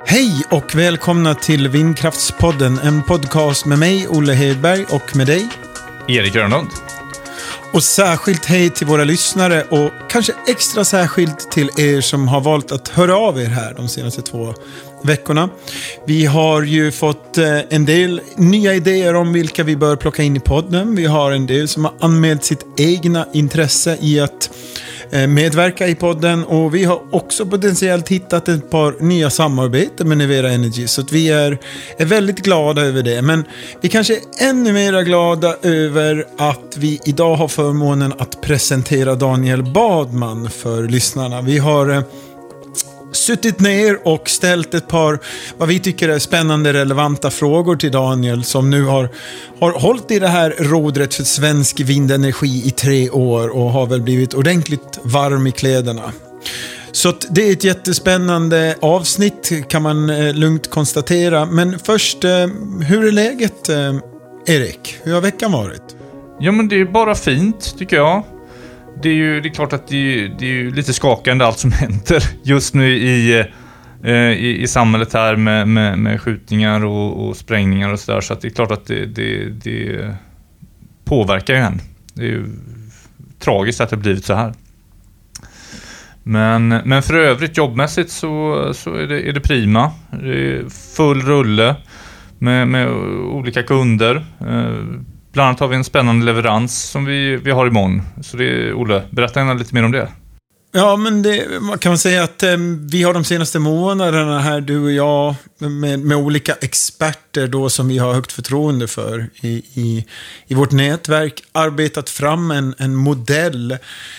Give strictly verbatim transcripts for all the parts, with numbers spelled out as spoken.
Hej och välkomna till Vindkraftspodden, en podcast med mig, Olle Hedberg, och med dig, Erik Grönlund. Och särskilt hej till våra lyssnare och kanske extra särskilt till er som har valt att höra av er här de senaste två veckorna. Vi har ju fått en del nya idéer om vilka vi bör plocka in i podden. Vi har en del som har anmält sitt egna intresse i att medverka i podden, och vi har också potentiellt hittat ett par nya samarbeten med Nevera Energy, så att vi är, är väldigt glada över det. Men vi kanske är ännu mer glada över att vi idag har förmånen att presentera Daniel Badman för lyssnarna. Vi har eh, suttit ner och ställt ett par, vad vi tycker är spännande, relevanta frågor till Daniel, som nu har, har hållit i det här rodret för svensk vindenergi i tre år och har väl blivit ordentligt varm i kläderna. Så att det är ett jättespännande avsnitt, kan man eh, lugnt konstatera. Men först, eh, hur är läget, eh, Erik? Hur har veckan varit? Ja, men det är bara fint, tycker jag. Det är ju det är klart att det är, det är ju lite skakande allt som händer just nu i, i, i samhället här med, med, med skjutningar och, och sprängningar och sådär. Så att det är klart att det, det, det påverkar ju en. Det är ju tragiskt att det har blivit så här. Men, men för övrigt jobbmässigt så, så är, det, är det prima. Det är full rulle med, med olika kunder. Bland annat har vi en spännande leverans som vi, vi har imorgon. Så det är, Olle, berätta gärna lite mer om det. Ja, men det kan man säga att eh, vi har de senaste månaderna här, du och jag, med, med olika experter då som vi har högt förtroende för i, i, i vårt nätverk, arbetat fram en, en modell,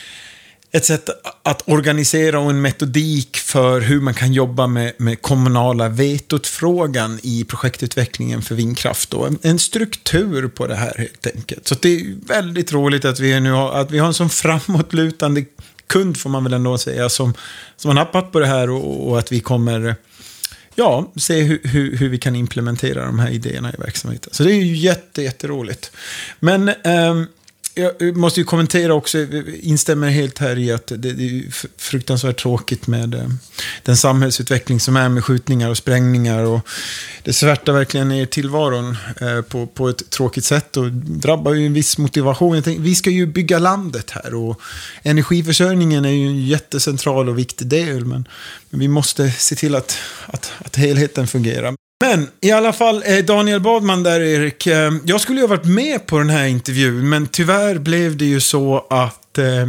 ett sätt att organisera och en metodik för hur man kan jobba med, med kommunala vetotfrågan i projektutvecklingen för vindkraft. Då. En struktur på det här helt enkelt. Så det är väldigt roligt att vi, nu har, att vi har en sån framåtlutande kund, får man väl ändå säga, som, som har nappat på det här, och, och att vi kommer ja, se hur, hur, hur vi kan implementera de här idéerna i verksamheten. Så det är ju jätte, jätteroligt. Men Ähm, jag måste ju kommentera också, instämmer helt här i att det är fruktansvärt tråkigt med den samhällsutveckling som är med skjutningar och sprängningar, och det svärtar verkligen ner tillvaron på, på ett tråkigt sätt och drabbar ju en viss motivation. Jag tänker, vi ska ju bygga landet här, och energiförsörjningen är ju en jättecentral och viktig del, men, men vi måste se till att, att, att helheten fungerar. Men i alla fall, Daniel Badman där, Erik. Jag skulle ju ha varit med på den här intervjun, men tyvärr blev det ju så att eh,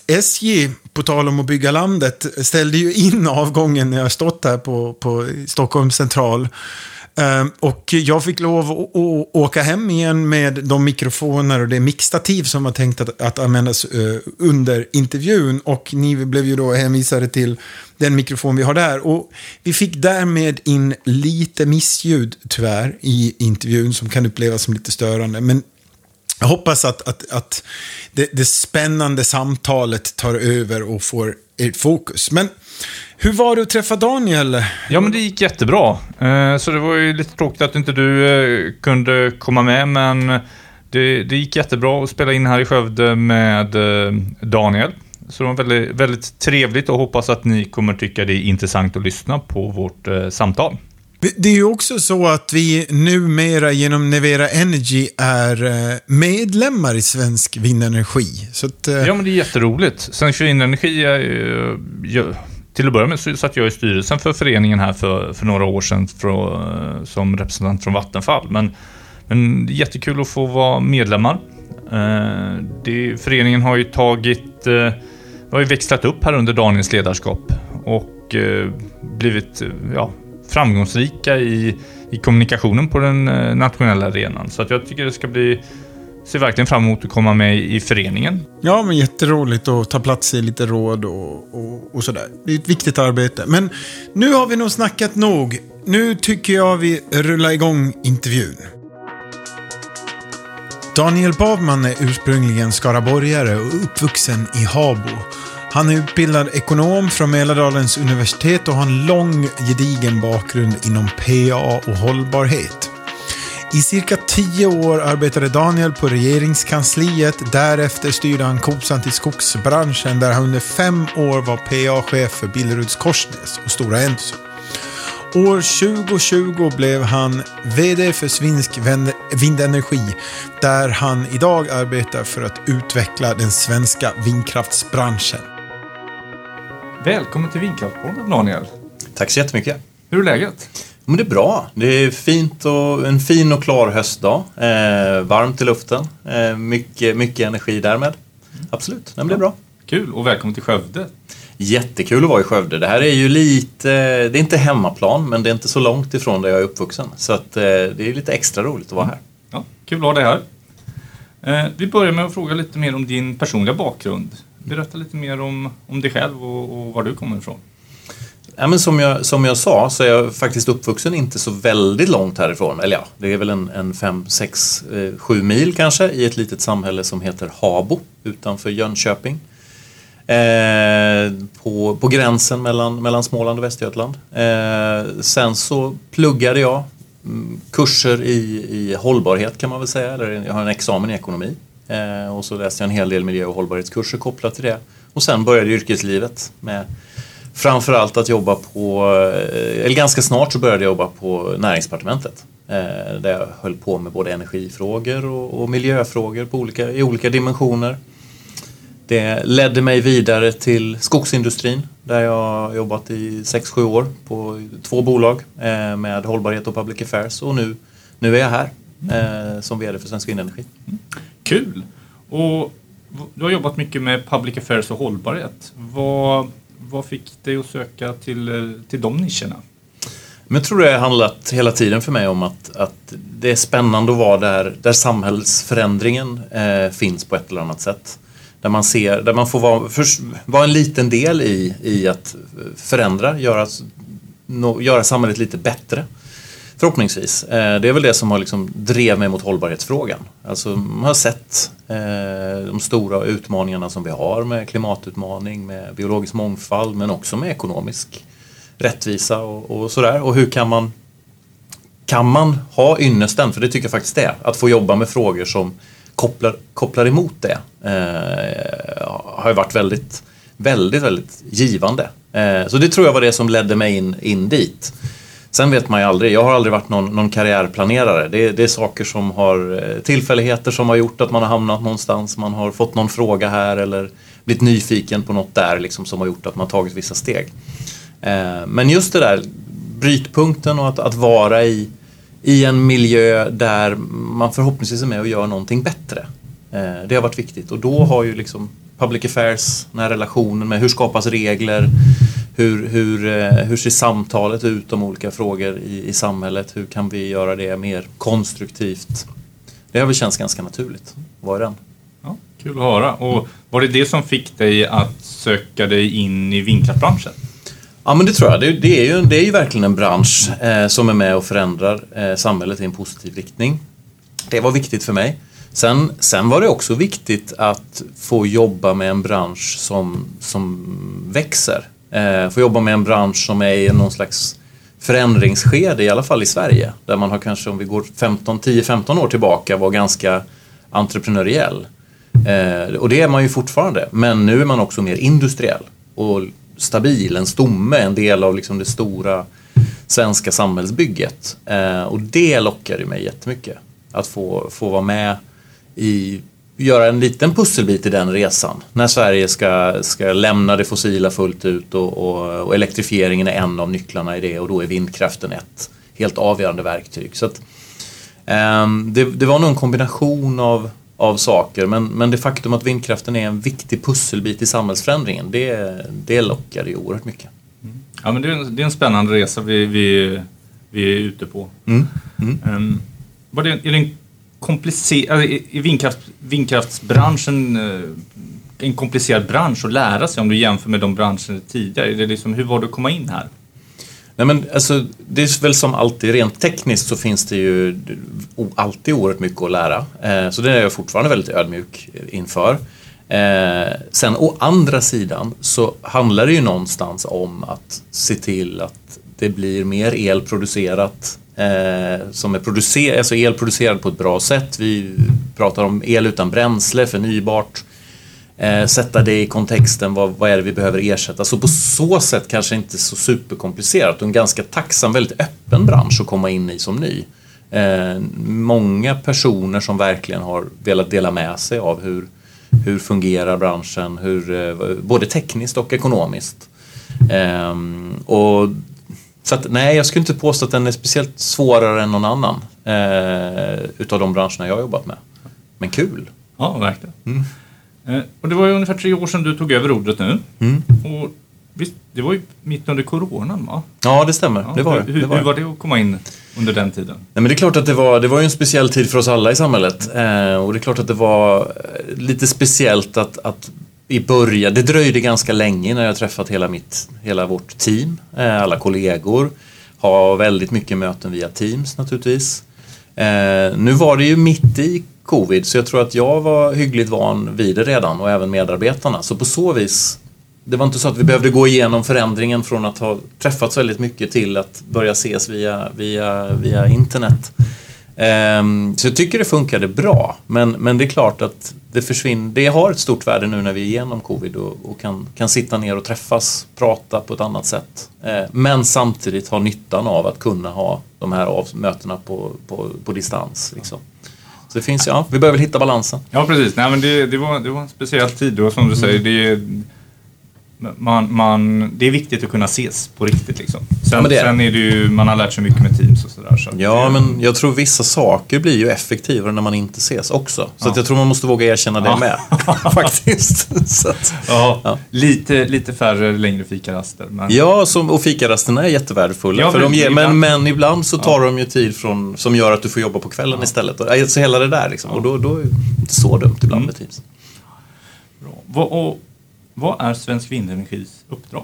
S J, på tal om att bygga landet, ställde ju in avgången när jag stått här på, på Stockholms central. Uh, och jag fick lov att, att åka hem igen med de mikrofoner och det mixtativ som var tänkt att, att användas uh, under intervjun, och ni blev ju då hänvisade till den mikrofon vi har där, och vi fick därmed in lite missljud tyvärr i intervjun som kan upplevas som lite störande, men jag hoppas att, att, att det, det spännande samtalet tar över och får ett fokus. Men hur var det att träffa Daniel? Ja, men det gick jättebra. Så det var ju lite tråkigt att inte du kunde komma med, men det, det gick jättebra att spela in här i Skövde med Daniel. Så det var väldigt, väldigt trevligt, och hoppas att ni kommer tycka det är intressant att lyssna på vårt samtal. Det är ju också så att vi numera genom Nevera Energy är medlemmar i Svensk Vindenergi. Så att, ja, men det är jätteroligt. Svensk Vindenergi är ju... Till att börja med så satt jag i styrelsen för föreningen här för, för några år sedan för, som representant från Vattenfall. Men, men det är jättekul att få vara medlemmar. Eh, det, föreningen har ju tagit, eh, har ju växlat upp här under Daniels ledarskap och eh, blivit ja, framgångsrika i, i kommunikationen på den eh, nationella arenan. Så att jag tycker det ska bli... ser verkligen fram emot att komma med i föreningen. Ja, men jätteroligt att ta plats i lite råd och, och, och sådär. Det är ett viktigt arbete. Men nu har vi nog snackat nog. Nu tycker jag vi rullar igång intervjun. Daniel Badman är ursprungligen skaraborgare och uppvuxen i Habo. Han är utbildad ekonom från Mälardalens universitet och har en lång gedigen bakgrund inom P A och hållbarhet. I cirka tio år arbetade Daniel på regeringskansliet. Därefter styrde han Kosan till skogsbranschen, där han under fem år var P A-chef för Billerud Korsnäs och Stora Enso. År tjugo tjugo blev han vd för Svensk Vindenergi, där han idag arbetar för att utveckla den svenska vindkraftsbranschen. Välkommen till Vindkraftspodden, Daniel. Tack så jättemycket. Hur är läget? Men det är bra. Det är fint och en fin och klar höstdag. Eh, varmt i luften. Eh, mycket, mycket energi därmed. Absolut, det blir bra. Kul, och välkommen till Skövde. Jättekul att vara i Skövde. Det här är ju lite, det är inte hemmaplan, men det är inte så långt ifrån där jag är uppvuxen. Så att, eh, det är lite extra roligt att vara här. Ja, kul att ha dig här. Eh, vi börjar med att fråga lite mer om din personliga bakgrund. Berätta lite mer om, om dig själv och, och var du kommer ifrån. Ja, men som, jag, som jag sa så är jag faktiskt uppvuxen inte så väldigt långt härifrån. Eller ja, det är väl en, en fem, sex, eh, sju mil kanske i ett litet samhälle som heter Habo utanför Jönköping. Eh, på, på gränsen mellan, mellan Småland och Västergötland. Eh, sen så pluggade jag mm, kurser i, i hållbarhet kan man väl säga. Eller jag har en examen i ekonomi. Eh, och så läste jag en hel del miljö- och hållbarhetskurser kopplat till det. Och sen började yrkeslivet med framförallt att jobba på, eller ganska snart så började jag jobba på Näringsdepartementet. Eh, där jag höll på med både energifrågor och, och miljöfrågor på olika, i olika dimensioner. Det ledde mig vidare till skogsindustrin där jag har jobbat i sex sju år på två bolag eh, med hållbarhet och public affairs. Och nu, nu är jag här eh, som vd för Svensk Vindenergi. Mm. Kul! Och du har jobbat mycket med public affairs och hållbarhet. Vad, vad fick dig att söka till, till de nischerna? Men jag tror det har handlat hela tiden för mig om att, att det är spännande att vara där, där samhällsförändringen eh, finns på ett eller annat sätt. Där man ser, där man får vara, för, vara en liten del i, i att förändra, göra, no, göra samhället lite bättre. Förhoppningsvis. Eh, det är väl det som har liksom drev mig mot hållbarhetsfrågan. Alltså man har sett eh, de stora utmaningarna som vi har med klimatutmaning, med biologisk mångfald men också med ekonomisk rättvisa och, och sådär. Och hur kan man, kan man ha ynnesten, för det tycker jag faktiskt det är, att få jobba med frågor som kopplar, kopplar emot det. Eh, har ju varit väldigt, väldigt, väldigt givande. Eh, så det tror jag var det som ledde mig in, in dit. Sen vet man ju aldrig, jag har aldrig varit någon, någon karriärplanerare. Det, det är saker som har, tillfälligheter som har gjort att man har hamnat någonstans. Man har fått någon fråga här eller blivit nyfiken på något där liksom, som har gjort att man har tagit vissa steg. Eh, men just det där, brytpunkten och att, att vara i, i en miljö där man förhoppningsvis är med och gör någonting bättre. Eh, det har varit viktigt och då har ju liksom public affairs, den här relationen med hur skapas regler, hur, hur, hur ser samtalet ut om olika frågor i, i samhället, hur kan vi göra det mer konstruktivt. Det har väl känts ganska naturligt. Vad är den? Ja, kul att höra. Och var det det som fick dig att söka dig in i vindkraftbranschen? Ja, men det tror jag. Det, det, är, ju, det är ju verkligen en bransch eh, som är med och förändrar eh, samhället i en positiv riktning. Det var viktigt för mig. Sen, sen var det också viktigt att få jobba med en bransch som, som växer. Eh, få jobba med en bransch som är i någon slags förändringsskede, i alla fall i Sverige. Där man har kanske, om vi går femton, tio femton år tillbaka, var ganska entreprenöriell. Eh, och det är man ju fortfarande. Men nu är man också mer industriell och stabil, en stomme, en del av liksom det stora svenska samhällsbygget. Eh, och det lockar ju mig jättemycket. Att få, få vara med i, göra en liten pusselbit i den resan. När Sverige ska, ska lämna det fossila fullt ut och, och, och elektrifieringen är en av nycklarna i det och då är vindkraften ett helt avgörande verktyg. Så att, eh, det, det var nog en kombination av, av saker men, men det faktum att vindkraften är en viktig pusselbit i samhällsförändringen det, det lockar ju oerhört mycket. Mm. Ja, men det är, en, det är en spännande resa vi, vi, vi är ute på. Mm. Mm. Um, var det, är det en komplicerad, i vindkraft, vindkraftsbranschen en komplicerad bransch att lära sig om du jämför med de branscherna tidigare? Är det liksom, hur var det att komma in här? Nej, men alltså, det är väl som alltid, rent tekniskt så finns det ju alltid oerhört mycket att lära. Eh, så det är jag fortfarande väldigt ödmjuk inför. Eh, sen å andra sidan så handlar det ju någonstans om att se till att det blir mer el producerat eh, som är producer- alltså el producerad på ett bra sätt. Vi pratar om el utan bränsle, förnybart. Eh, sätta det i kontexten, vad, vad är det vi behöver ersätta. Så på så sätt kanske inte så superkomplicerat och en ganska tacksam, väldigt öppen bransch att komma in i som ny. Eh, många personer som verkligen har velat dela med sig av hur, hur fungerar branschen, hur, eh, både tekniskt och ekonomiskt. Eh, och, så att, nej, jag skulle inte påstå att den är speciellt svårare än någon annan eh, utav de branscherna jag har jobbat med. Men kul. Ja, verkligen. Mm. Eh, och det var ju ungefär tre år sedan du tog över rodret nu. Mm. Och visst, det var ju mitt under coronan, va? Ja, det stämmer. Ja, det var hur, det. Det var hur var det att komma in under den tiden? Nej, men det är klart att det var, det var ju en speciell tid för oss alla i samhället. Eh, och det är klart att det var lite speciellt att, att i början, det dröjde ganska länge när jag träffat hela, mitt, hela vårt team, eh, alla kollegor. Har väldigt mycket möten via Teams naturligtvis. Eh, nu var det ju mitt i covid, så jag tror att jag var hyggligt van vid det redan och även medarbetarna. Så på så vis, det var inte så att vi behövde gå igenom förändringen från att ha träffats väldigt mycket till att börja ses via, via, via internet. Um, så jag tycker det funkade bra, men, men det är klart att det försvinner. Det har ett stort värde nu när vi är igenom covid och, och kan, kan sitta ner och träffas, prata på ett annat sätt. Uh, men samtidigt ha nyttan av att kunna ha de här av, mötena på, på, på distans. Liksom. Så det finns, ja, vi behöver hitta balansen. Ja, precis. Nej, men det, det, var, det var en speciell tid och som du mm. säger, det, man, man, det är viktigt att kunna ses på riktigt. Liksom. Sen, ja, det är. sen är det ju, man har lärt sig mycket med Teams och sådär. Så ja, det, men jag tror vissa saker blir ju effektivare när man inte ses också. Så ja. att jag tror man måste våga erkänna det ja. med. Faktiskt. Så att, ja, ja. Lite, lite färre längre fikaraster. Men... Ja, som, och fikarasterna är jättevärdefulla. Ja, för de ger, men, men ibland så tar ja. de ju tid från, som gör att du får jobba på kvällen ja. istället. Så hela det där liksom. Ja. Och då, då är det inte så dumt ibland mm. med Teams. Bra. Vad, och, vad är Svensk Vindenergis uppdrag?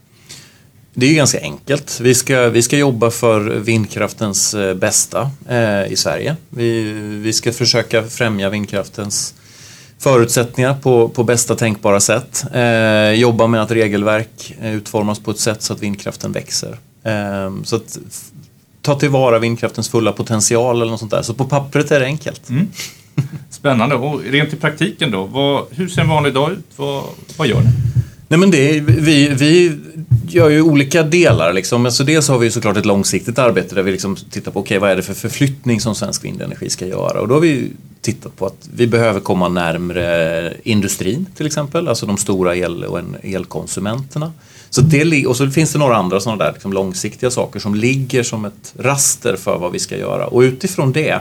Det är ganska enkelt. Vi ska, vi ska jobba för vindkraftens bästa eh, i Sverige. Vi, vi ska försöka främja vindkraftens förutsättningar på, på bästa tänkbara sätt. Eh, jobba med att regelverk utformas på ett sätt så att vindkraften växer. Eh, så att ta tillvara vindkraftens fulla potential eller något sånt där. Så på pappret är det enkelt. Mm. Spännande. Och rent i praktiken då, vad, hur ser en vanlig dag ut? Vad, vad gör ni? Nej, men det, vi, vi gör ju olika delar. Liksom. Alltså dels har vi ju såklart ett långsiktigt arbete där vi liksom tittar på okay, vad är det för förflyttning som Svensk Vindenergi ska göra. Och då har vi tittat på att vi behöver komma närmare industrin till exempel. Alltså de stora el- och elkonsumenterna. Så det, och så finns det några andra sådana där liksom långsiktiga saker som ligger som ett raster för vad vi ska göra. Och utifrån det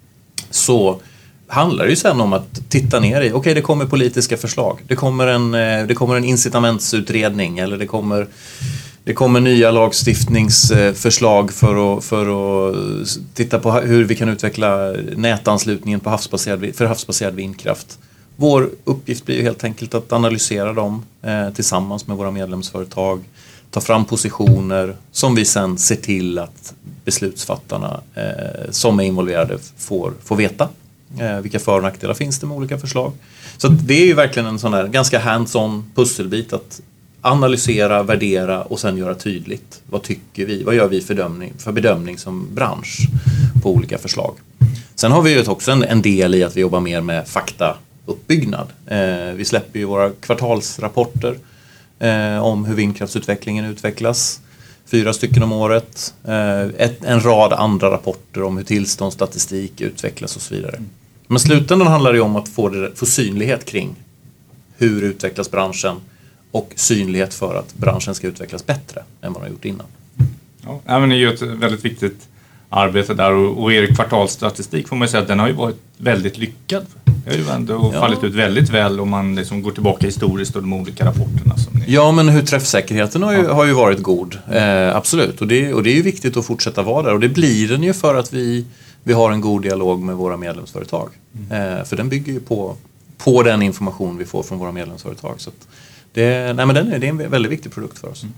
så handlar det ju sen om att titta ner i, okej okay, det kommer politiska förslag, det kommer en, det kommer en incitamentsutredning eller det kommer, det kommer nya lagstiftningsförslag för att, för att titta på hur vi kan utveckla nätanslutningen på havsbaserad, för havsbaserad vindkraft. Vår uppgift blir ju helt enkelt att analysera dem eh, tillsammans med våra medlemsföretag, ta fram positioner som vi sen ser till att beslutsfattarna eh, som är involverade får, får veta. Eh, vilka för- och nackdelar finns det med olika förslag. Så det är ju verkligen en sån här ganska hands-on pusselbit att analysera, värdera och sen göra tydligt. Vad tycker vi? Vad gör vi för bedömning, för bedömning som bransch på olika förslag? Sen har vi ju också en, en del i att vi jobbar mer med faktauppbyggnad. Eh, vi släpper ju våra kvartalsrapporter eh, om hur vindkraftsutvecklingen utvecklas. Fyra stycken om året. Eh, ett, en rad andra rapporter om hur tillståndsstatistik utvecklas och så vidare. Men slutändan handlar det om att få, det, få synlighet kring hur utvecklas branschen och synlighet för att branschen ska utvecklas bättre än vad den har gjort innan. Ja, men det är ju ett väldigt viktigt arbete där och, och er kvartalsstatistik får man säga att den har ju varit väldigt lyckad. Det har ju ändå ja. fallit ut väldigt väl om man liksom går tillbaka historiskt och de olika rapporterna. Som ni... Ja, men hur träffsäkerheten har ju, ja. har ju varit god. Eh, absolut. Och det, och det är ju viktigt att fortsätta vara där. Och det blir den ju för att vi, vi har en god dialog med våra medlemsföretag. Mm. Eh, för den bygger ju på, på den information vi får från våra medlemsföretag. Så att det, nej, men den är, det är en väldigt viktig produkt för oss.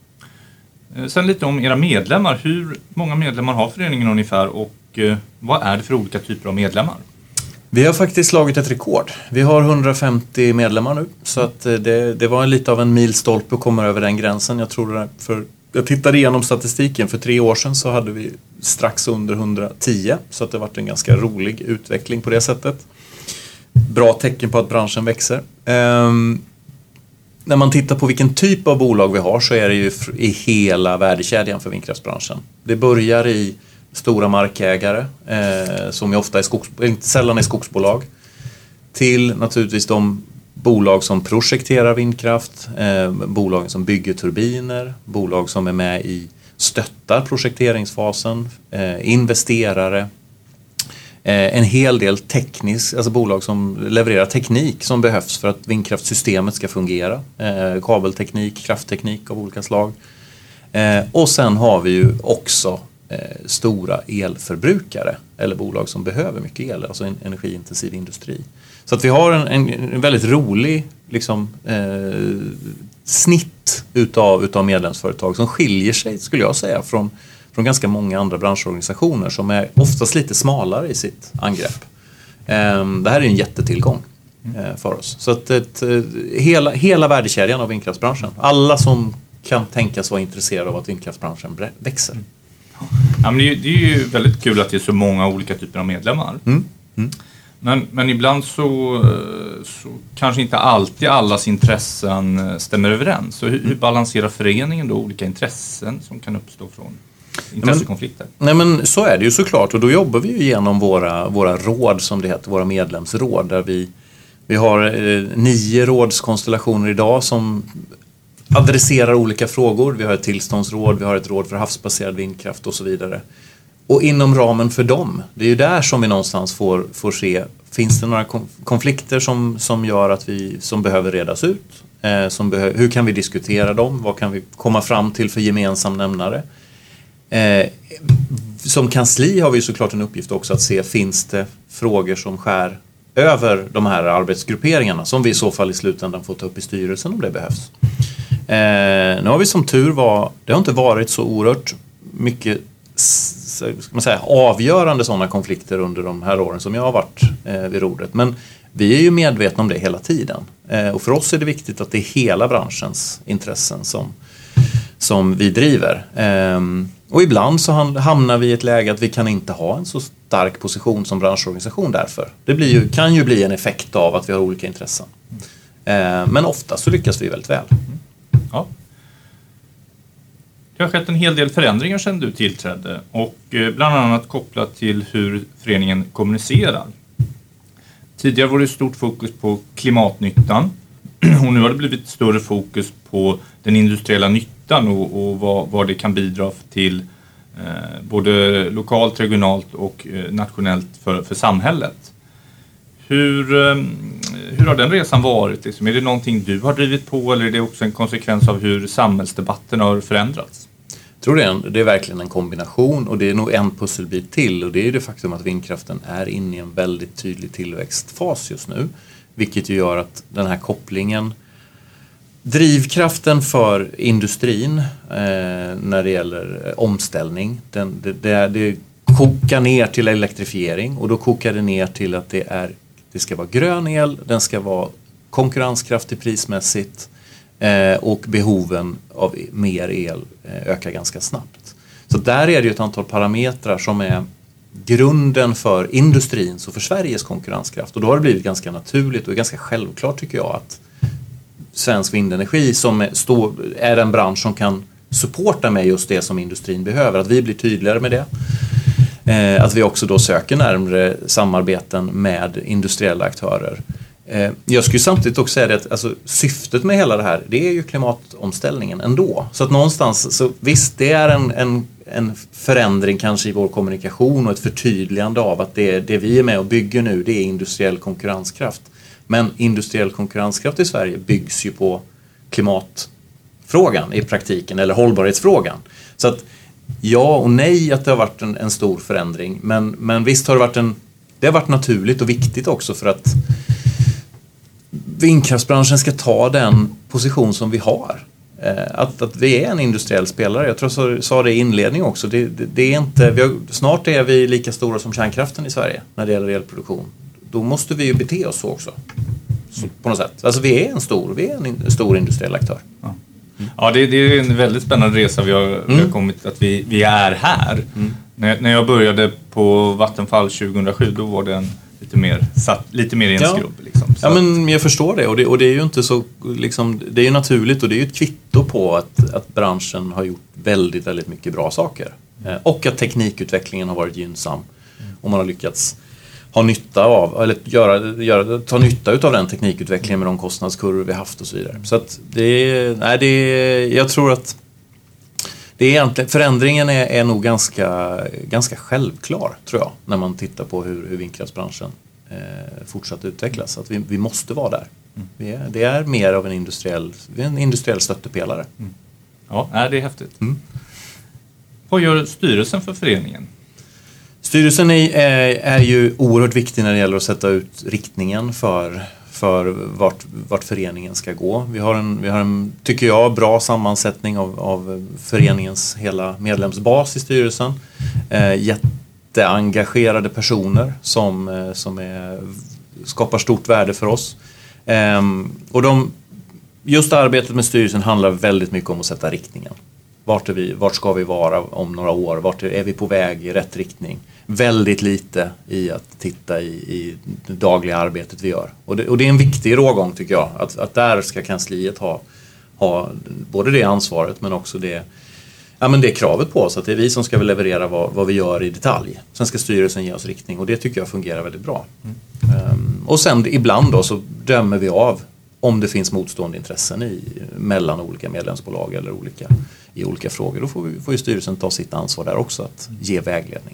Mm. Sen lite om era medlemmar. Hur många medlemmar har föreningen ungefär och eh, vad är det för olika typer av medlemmar? Vi har faktiskt slagit ett rekord. Vi har hundrafemtio medlemmar nu. Så att det, det var lite av en milstolpe att komma över den gränsen. Jag tror det för jag tittade igenom statistiken. För tre år sedan så hade vi strax under hundratio. Så att det har varit en ganska rolig utveckling på det sättet. bra tecken på att branschen växer. Um, när man tittar på vilken typ av bolag vi har så är det ju i hela värdekedjan för vindkraftsbranschen. Det börjar i stora markägare eh, som ju ofta är skogs, inte sällan är skogsbolag, till naturligtvis de bolag som projekterar vindkraft, eh, bolag som bygger turbiner, bolag som är med i stöttar projekteringsfasen, eh, investerare, eh, en hel del teknisk, alltså bolag som levererar teknik som behövs för att vindkraftsystemet ska fungera, eh, kabelteknik, kraftteknik av olika slag. Eh, och sen har vi ju också eh, stora elförbrukare eller bolag som behöver mycket el, alltså en energiintensiv industri. Så att vi har en, en väldigt rolig liksom, eh, snitt utav, utav medlemsföretag som skiljer sig, skulle jag säga, från, från ganska många andra branschorganisationer som är oftast lite smalare i sitt angrepp. Eh, det här är en jättetillgång eh, för oss. Så att ett, hela, hela värdekedjan av vindkraftsbranschen, alla som kan tänkas vara intresserade av att vindkraftsbranschen växer. Ja, men det, är, det är ju väldigt kul att det är så många olika typer av medlemmar. Mm. Mm. Men, men ibland så, så kanske inte alltid allas intressen stämmer överens. Så hur, hur balanserar föreningen då olika intressen som kan uppstå från intressekonflikter? Nej, men så är det ju såklart, och då jobbar vi ju genom våra, våra råd, som det heter, våra medlemsråd, där vi, vi har eh, nio rådskonstellationer idag som adresserar olika frågor. Vi har ett tillståndsråd, vi har ett råd för havsbaserad vindkraft och så vidare. Och inom ramen för dem, det är ju där som vi någonstans får, får se, finns det några konflikter som, som gör att vi, som behöver redas ut? Eh, som behö- hur kan vi diskutera dem? Vad kan vi komma fram till för gemensam nämnare? Eh, som kansli har vi såklart en uppgift också att se, finns det frågor som skär över de här arbetsgrupperingarna som vi i så fall i slutändan får ta upp i styrelsen om det behövs. Eh, nu har vi som tur var, det har inte varit så oerhört mycket ska man säga, avgörande sådana konflikter under de här åren som jag har varit eh, vid rodret. Men vi är ju medvetna om det hela tiden. Eh, och för oss är det viktigt att det är hela branschens intressen som, som vi driver. Eh, och ibland så hamnar vi i ett läge att vi kan inte ha en så stark position som branschorganisation därför. Det blir ju, kan ju bli en effekt av att vi har olika intressen. Eh, men ofta så lyckas vi väldigt väl. Ja. Det har skett en hel del förändringar sedan du tillträdde och bland annat kopplat till hur föreningen kommunicerar. Tidigare var det stort fokus på klimatnyttan och nu har det blivit större fokus på den industriella nyttan och, och vad, vad det kan bidra till eh, både lokalt, regionalt och eh, nationellt för, för samhället. Hur, eh, hur har den resan varit? Liksom? Är det någonting du har drivit på eller är det också en konsekvens av hur samhällsdebatten har förändrats? Jag tror det är, en, det är verkligen en kombination, och det är nog en pusselbit till, och det är det faktum att vindkraften är inne i en väldigt tydlig tillväxtfas just nu, vilket ju gör att den här kopplingen, drivkraften för industrin eh, när det gäller omställning, den, det, det, det kokar ner till elektrifiering, och då kokar det ner till att det, är, det ska vara grön el, den ska vara konkurrenskraftig prismässigt, Eh, och behoven av mer el eh, ökar ganska snabbt. Så där är det ju ett antal parametrar som är grunden för industrins och för Sveriges konkurrenskraft. Och då har det blivit ganska naturligt och ganska självklart, tycker jag, att svensk vindenergi som är, stå, är en bransch som kan supporta med just det som industrin behöver. Att vi blir tydligare med det. Eh, att vi också då söker närmare samarbeten med industriella aktörer. Jag skulle samtidigt också säga att alltså, syftet med hela det här, det är ju klimatomställningen ändå. Så att någonstans, så visst, det är en, en, en förändring kanske i vår kommunikation och ett förtydligande av att det, det vi är med och bygger nu, det är industriell konkurrenskraft. Men industriell konkurrenskraft i Sverige byggs ju på klimatfrågan i praktiken, eller hållbarhetsfrågan. Så att ja och nej att det har varit en, en stor förändring, men, men visst har det varit en, det har varit naturligt och viktigt också för att vindkraftsbranschen ska ta den position som vi har. Att, att vi är en industriell spelare. Jag tror jag sa det i inledning också. Det, det, det är inte, vi har, snart är vi lika stora som kärnkraften i Sverige när det gäller elproduktion. Då måste vi ju bete oss så också. Så, på något sätt. Alltså vi är en stor, vi är en stor industriell aktör. Ja, mm. ja det, det är en väldigt spännande resa vi har, mm. vi har kommit, att vi, vi är här. Mm. När, när jag började på Vattenfall tjugohundrasju, då var det en lite mer, satt, lite mer i en ja. skrubb. Liksom. Ja, men jag förstår det. Och, det. och det är ju inte så, liksom, det är ju naturligt och det är ju ett kvitto på att, att branschen har gjort väldigt, väldigt mycket bra saker. Eh, och att teknikutvecklingen har varit gynnsam. Mm. Och man har lyckats ha nytta av, eller göra, göra, ta nytta av den teknikutvecklingen med de kostnadskurvor vi haft och så vidare. Så att det, nej, det, jag tror att det är egentligen, förändringen är, är nog ganska, ganska självklar, tror jag, när man tittar på hur, hur vindkraftsbranschen eh, fortsatt utvecklas. Att vi, vi måste vara där. Mm. Vi är, det är mer av en industriell, en industriell stöttepelare. Mm. Ja, det är häftigt. Mm. Vad gör styrelsen för föreningen? Styrelsen är, är, är ju oerhört viktig när det gäller att sätta ut riktningen för, för vart, vart föreningen ska gå. Vi har en, vi har en, tycker jag, bra sammansättning av, av föreningens hela medlemsbas i styrelsen. Eh, jätteengagerade personer som, eh, som är, skapar stort värde för oss. Eh, och de, just arbetet med styrelsen handlar väldigt mycket om att sätta riktningen. Vart, är vi, vart ska vi vara om några år? Vart är, är vi på väg i rätt riktning? Väldigt lite i att titta i, i det dagliga arbetet vi gör. Och det, och det är en viktig rågång, tycker jag. Att, att där ska kansliet ha, ha både det ansvaret men också det, ja, men det kravet på oss. Att det är vi som ska leverera vad, vad vi gör i detalj. Sen ska styrelsen ge oss riktning och det tycker jag fungerar väldigt bra. Mm. Um, och sen ibland då så dömer vi av om det finns motstående intressen i, mellan olika medlemsbolag eller olika, i olika frågor. Då får, vi, får ju styrelsen ta sitt ansvar där också att ge vägledning.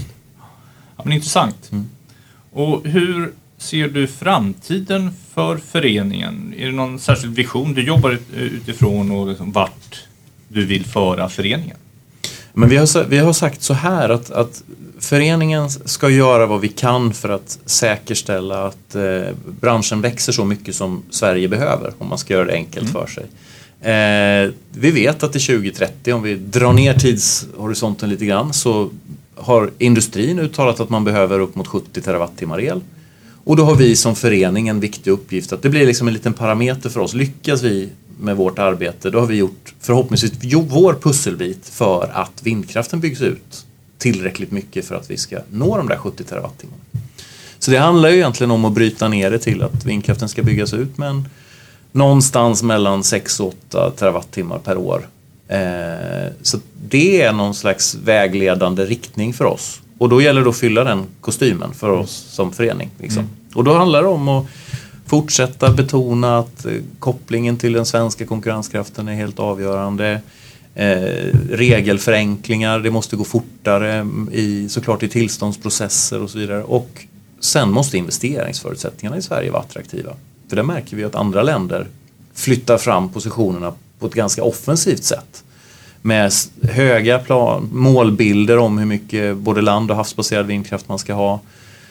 Ja, men intressant. Mm. Och hur ser du framtiden för föreningen? Är det någon särskild vision du jobbar utifrån och liksom vart du vill föra föreningen? Men vi har, vi har sagt så här att, att föreningen ska göra vad vi kan för att säkerställa att eh, branschen växer så mycket som Sverige behöver, om man ska göra det enkelt mm. för sig. Eh, vi vet att till tjugo trettio, om vi drar ner tidshorisonten lite grann, så har industrin uttalat att man behöver upp mot sjuttio terawattimmar el. Och då har vi som förening en viktig uppgift att det blir liksom en liten parameter för oss. Lyckas vi med vårt arbete, då har vi gjort förhoppningsvis jo, vår pusselbit för att vindkraften byggs ut tillräckligt mycket för att vi ska nå de där sjuttio terawattimmarna. Så det handlar ju egentligen om att bryta ner det till att vindkraften ska byggas ut, men någonstans mellan sex och åtta terawattimmar per år. Eh, så det är någon slags vägledande riktning för oss. Och då gäller det att fylla den kostymen för oss som förening. Liksom. Mm. Och då handlar det om att fortsätta betona att eh, kopplingen till den svenska konkurrenskraften är helt avgörande. Eh, regelförenklingar, det måste gå fortare i, såklart i tillståndsprocesser och så vidare. Och sen måste investeringsförutsättningarna i Sverige vara attraktiva. För där märker vi att andra länder flyttar fram positionerna på ett ganska offensivt sätt. Med höga plan, målbilder om hur mycket både land- och havsbaserad vindkraft man ska ha.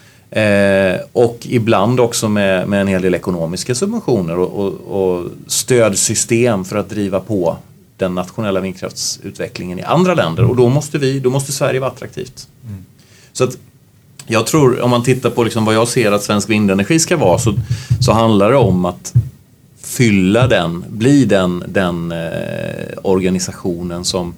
Eh, och ibland också med, med en hel del ekonomiska subventioner och, och, och stödsystem för att driva på den nationella vindkraftsutvecklingen i andra länder. Och då måste vi, då måste Sverige vara attraktivt. Mm. Så att jag tror, om man tittar på liksom vad jag ser att svensk vindenergi ska vara, så, så handlar det om att fylla den, bli den, den eh, organisationen som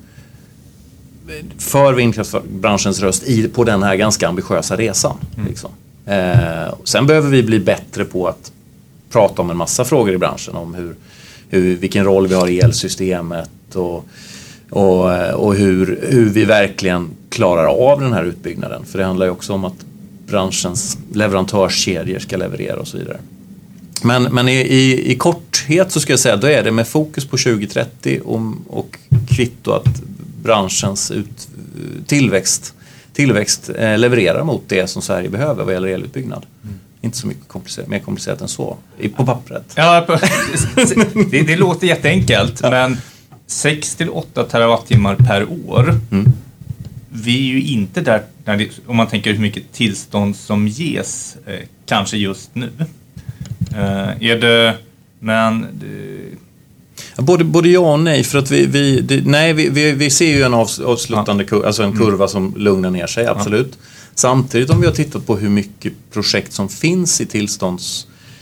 för vindkraftsbranschens röst i, på den här ganska ambitiösa resan. Mm. Liksom. Eh, sen behöver vi bli bättre på att prata om en massa frågor i branschen, om hur, hur, vilken roll vi har i elsystemet och, och, och hur, hur vi verkligen klarar av den här utbyggnaden. För det handlar ju också om att branschens leverantörskedjor ska leverera och så vidare. Men, men i, i, i korthet så ska jag säga, då är det med fokus på tjugo trettio och, och kvitto att branschens ut, tillväxt, tillväxt eh, levererar mot det som Sverige behöver vad gäller elutbyggnad. Mm. Inte så mycket komplicerat, mer komplicerat än så på pappret. Ja, det, det låter jätteenkelt, ja. Men sex till åtta terawattimmar per år. Mm. Vi är ju inte där när det, om man tänker hur mycket tillstånd som ges eh, kanske just nu. Uh, är det, men det... både, både ja och nej, för att vi, vi, det, nej, vi, vi, vi ser ju en avslutande ja. kur, alltså en kurva mm. som lugnar ner sig, absolut. Ja. Samtidigt om vi har tittat på hur mycket projekt som finns i tillstånds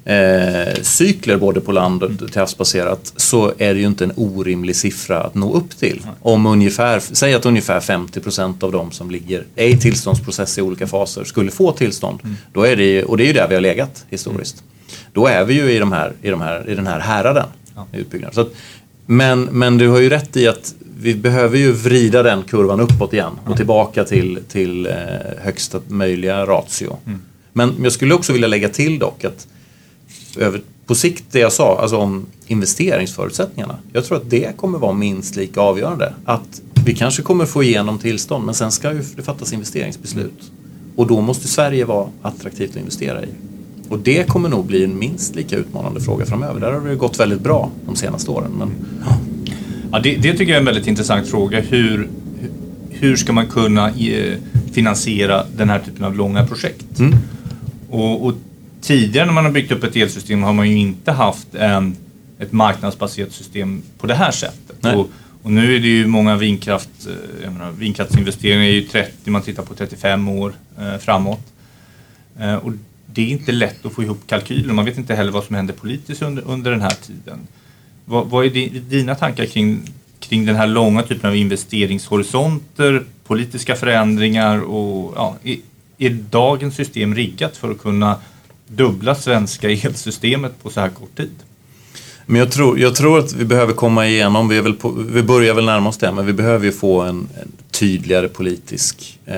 eh, cykler både på land och till havsbaserat, så är det ju inte en orimlig siffra att nå upp till. Om ungefär, säg att ungefär femtio procent av de som ligger är i tillståndsprocess i olika faser skulle få tillstånd, mm. då är det, och det är ju där vi har legat historiskt. Mm. Då är vi ju i, de här, i, de här, i den här häraden ja. i utbyggnaden. Så att, men, men du har ju rätt i att vi behöver ju vrida den kurvan uppåt igen och tillbaka till, till eh, högsta möjliga ratio. Mm. Men jag skulle också vilja lägga till dock att över, på sikt det jag sa, alltså om investeringsförutsättningarna, jag tror att det kommer vara minst lika avgörande. Att vi kanske kommer få igenom tillstånd, men sen ska ju det fattas investeringsbeslut. Och då måste Sverige vara attraktivt att investera i. Och det kommer nog bli en minst lika utmanande fråga framöver. Där har det gått väldigt bra de senaste åren. Men, ja. Ja, det, det tycker jag är en väldigt intressant fråga. Hur, hur ska man kunna eh, finansiera den här typen av långa projekt? Mm. Och, och tidigare när man har byggt upp ett elsystem har man ju inte haft en, ett marknadsbaserat system på det här sättet. Och, och nu är det ju många vindkraft, jag menar, vindkraftsinvesteringar är ju trettio, man tittar på trettiofem år eh, framåt. Eh, och det är inte lätt att få ihop kalkyler. Man vet inte heller vad som händer politiskt under, under den här tiden. Vad, vad är dina tankar kring, kring den här långa typen av investeringshorisonter, politiska förändringar och ja, är, är dagens system riggat för att kunna dubbla svenska elsystemet på så här kort tid? Men jag tror, jag tror att vi behöver komma igenom, vi, är väl på, vi börjar väl närma oss det, men vi behöver ju få en, en tydligare politisk eh,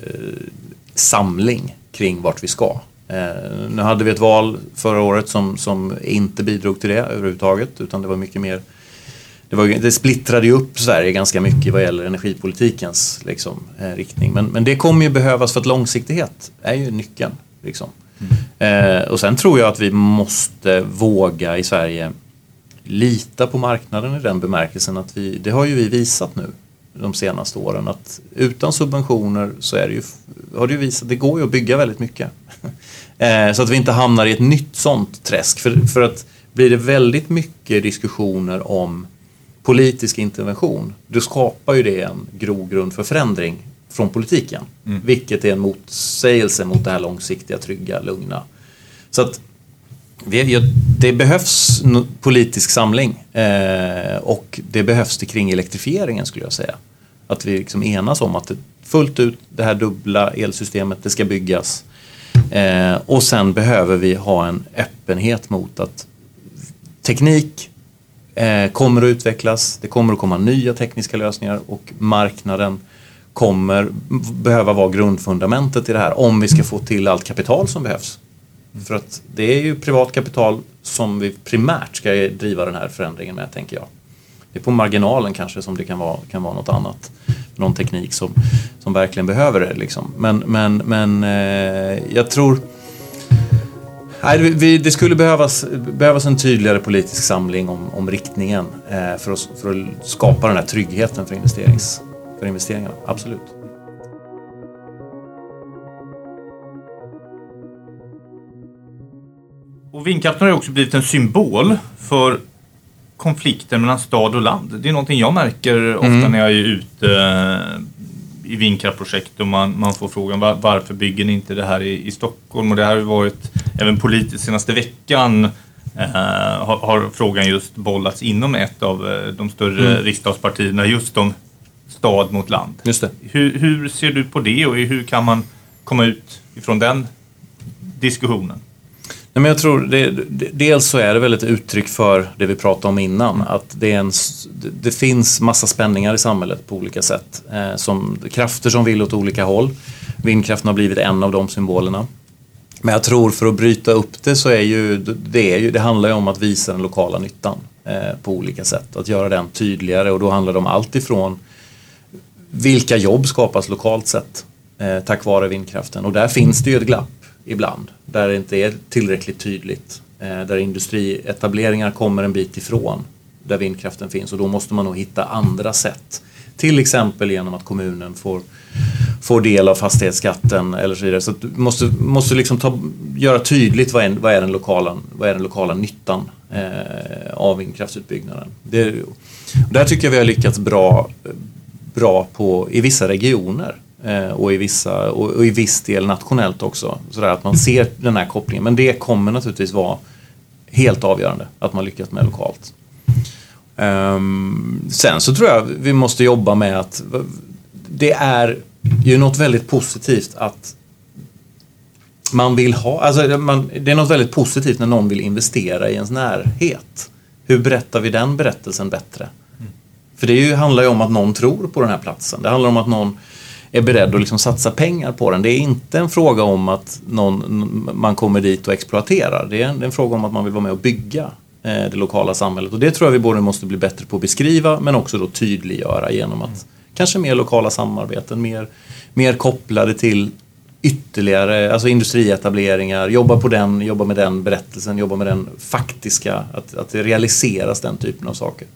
samling kring vart vi ska. Eh, nu hade vi ett val förra året som, som inte bidrog till det överhuvudtaget, utan det var mycket mer, det, var, det splittrade ju upp Sverige ganska mycket vad gäller energipolitikens liksom, eh, riktning. Men, men det kommer ju behövas för att långsiktighet är ju nyckeln. Liksom. Mm. Eh, och sen tror jag att vi måste våga i Sverige lita på marknaden i den bemärkelsen att vi, det har ju vi visat nu de senaste åren, att utan subventioner så är det ju, har det ju visat, det går ju att bygga väldigt mycket. eh, så att vi inte hamnar i ett nytt sånt träsk. För, för att blir det väldigt mycket diskussioner om politisk intervention, då skapar ju det en grogrund för förändring från politiken. Mm. Vilket är en motsägelse mot det här långsiktiga, trygga, lugna. Så att vi, det behövs politisk samling eh, och det behövs det kring elektrifieringen skulle jag säga. Att vi liksom enas om att det, fullt ut det här dubbla elsystemet, det ska byggas. Eh, och sen behöver vi ha en öppenhet mot att teknik eh, kommer att utvecklas, det kommer att komma nya tekniska lösningar och marknaden kommer behöva vara grundfundamentet i det här om vi ska få till allt kapital som behövs. För att det är ju privat kapital som vi primärt ska driva den här förändringen med, tänker jag. Det är på marginalen kanske som det kan vara, kan vara något annat. Någon teknik som, som verkligen behöver det. Liksom. Men, men, men eh, jag tror... Nej, vi, det skulle behövas, behövas en tydligare politisk samling om, om riktningen eh, för, att, för att skapa den här tryggheten för, investerings, för investeringarna. Absolut. Och vindkraften har också blivit en symbol för konflikter mellan stad och land. Det är någonting jag märker ofta mm. när jag är ute i vindkraftprojekt och man, man får frågan var, varför bygger ni inte det här i, i Stockholm? Och det här har varit även politiskt senaste veckan eh, har, har frågan just bollats inom ett av de större mm. riksdagspartierna just om stad mot land. Just det. Hur, hur ser du på det och hur kan man komma ut ifrån den diskussionen? Nej, men jag tror det, det, dels så är det väl ett uttryck för det vi pratade om innan, att det, är en, det, det finns massa spänningar i samhället på olika sätt, eh, som krafter som vill åt olika håll. Vindkraften har blivit en av de symbolerna. Men jag tror för att bryta upp det så är ju det, är ju, det handlar ju om att visa den lokala nyttan eh, på olika sätt, att göra den tydligare, och då handlar det om allt ifrån vilka jobb skapas lokalt sett eh, tack vare vindkraften, och där finns det ju ett glapp ibland, där det inte är tillräckligt tydligt. Eh, där industrietableringar kommer en bit ifrån där vindkraften finns, och då måste man nog hitta andra sätt. Till exempel genom att kommunen får, får del av fastighetsskatten eller så vidare. Så du måste, måste liksom ta, göra tydligt vad är, vad är den lokala, vad är den lokala nyttan eh, av vindkraftsutbyggnaden. Det, där tycker jag vi har lyckats bra, bra på i vissa regioner. Och i, vissa, och i viss del nationellt också. Sådär att man ser den här kopplingen. Men det kommer naturligtvis vara helt avgörande att man lyckas med lokalt. Um, sen så tror jag vi måste jobba med att det är ju något väldigt positivt att man vill ha, alltså man, det är något väldigt positivt när någon vill investera i ens närhet. Hur berättar vi den berättelsen bättre? Mm. För det är ju, handlar ju om att någon tror på den här platsen. Det handlar om att någon är beredd att liksom satsa pengar på den. Det är inte en fråga om att någon, man kommer dit och exploaterar. Det är en, det är en fråga om att man vill vara med och bygga eh, det lokala samhället. Och det tror jag vi både måste bli bättre på att beskriva, men också då tydliggöra genom att mm. kanske mer lokala samarbeten, mer, mer kopplade till ytterligare, alltså industrietableringar, jobba på den, jobba med den berättelsen, jobba med den faktiska, att, att det realiseras den typen av saker.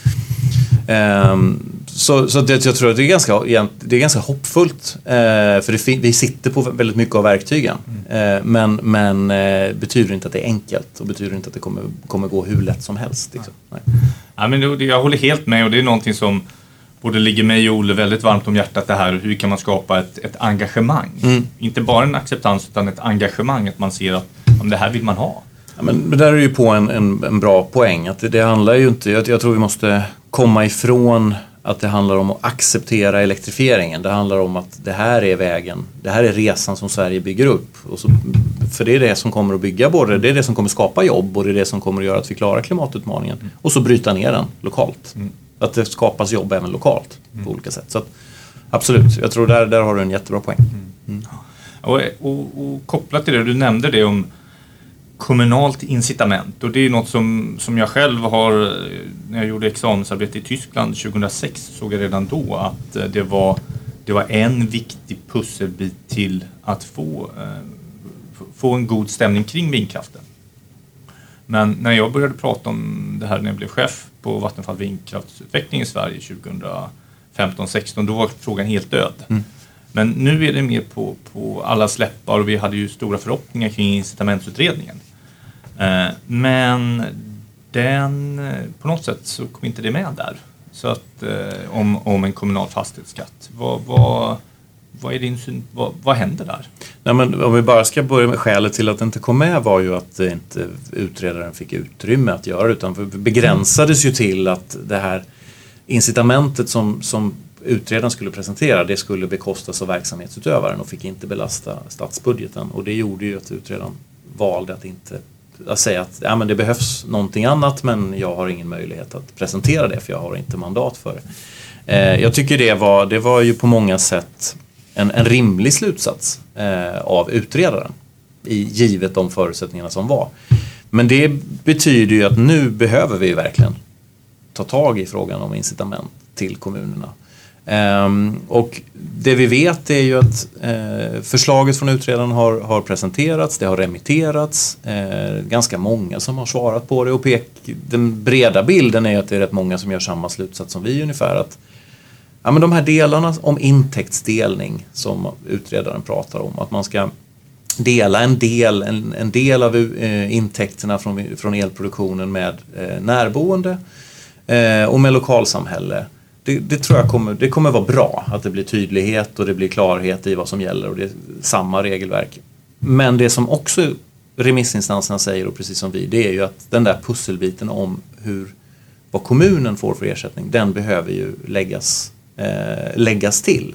Um, så så det, jag tror att det är ganska, det är ganska hoppfullt, uh, för det, vi sitter på väldigt mycket av verktygen, mm. uh, men, men uh, betyder inte att det är enkelt och betyder inte att det kommer, kommer gå hur lätt som helst. Liksom. Nej. Ja, men det, jag håller helt med, och det är någonting som både ligger mig och Olle väldigt varmt om hjärtat, det här hur kan man skapa ett, ett engagemang. Mm. Inte bara en acceptans utan ett engagemang, att man ser att om det här vill man ha. Ja, men det där är ju på en, en, en bra poäng. Att det, det handlar ju inte, jag, jag tror vi måste komma ifrån att det handlar om att acceptera elektrifieringen. Det handlar om att det här är vägen, det här är resan som Sverige bygger upp. Och så, för det är det som kommer att bygga både, det är det som kommer skapa jobb och det är det som kommer att göra att vi klarar klimatutmaningen. Mm. Och så bryta ner den lokalt. Mm. Att det skapas jobb även lokalt mm. på olika sätt. Så att, absolut, jag tror där, där har du en jättebra poäng. Mm. Mm. Och, och, och kopplat till det, du nämnde det om kommunalt incitament. Och det är något som, som jag själv har, när jag gjorde examensarbete i Tyskland tjugohundrasex, såg jag redan då att det var, det var en viktig pusselbit till att få, få en god stämning kring vindkraften. Men när jag började prata om det här när jag blev chef på Vattenfall vindkraftsutveckling i Sverige tjugohundrafemton sexton, då var frågan helt död. Mm. Men nu är det mer på, på alla släppar, och vi hade ju stora förhoppningar kring incitamentsutredningen. Eh, men den, på något sätt så kom inte det med där. Så att eh, om, om en kommunal fastighetsskatt. Vad, vad, vad är din syn? Vad, vad händer där? Nej, men om vi bara ska börja med skälet till att det inte kom med var ju att inte utredaren fick utrymme att göra, utan begränsades ju till att det här incitamentet som, som utredaren skulle presentera, det skulle bekostas av verksamhetsutövaren och fick inte belasta statsbudgeten. Och det gjorde ju att utredaren valde att inte att säga att ja, men det behövs någonting annat, men jag har ingen möjlighet att presentera det för jag har inte mandat för det. Eh, jag tycker det var, det var ju på många sätt en, en rimlig slutsats eh, av utredaren i givet de förutsättningarna som var. Men det betyder ju att nu behöver vi verkligen ta tag i frågan om incitament till kommunerna. Um, och det vi vet är ju att uh, förslaget från utredaren har, har presenterats, det har remitterats, uh, ganska många som har svarat på det, och pek, den breda bilden är att det är rätt många som gör samma slutsats som vi ungefär, att ja, men de här delarna om intäktsdelning som utredaren pratar om, att man ska dela en del, en, en del av uh, intäkterna från, från elproduktionen med uh, närboende uh, och med lokalsamhälle. Det, det tror jag kommer, det kommer vara bra att det blir tydlighet och det blir klarhet i vad som gäller, och det är samma regelverk. Men det som också remissinstanserna säger, och precis som vi, det är ju att den där pusselbiten om hur, vad kommunen får för ersättning, den behöver ju läggas, eh, läggas till.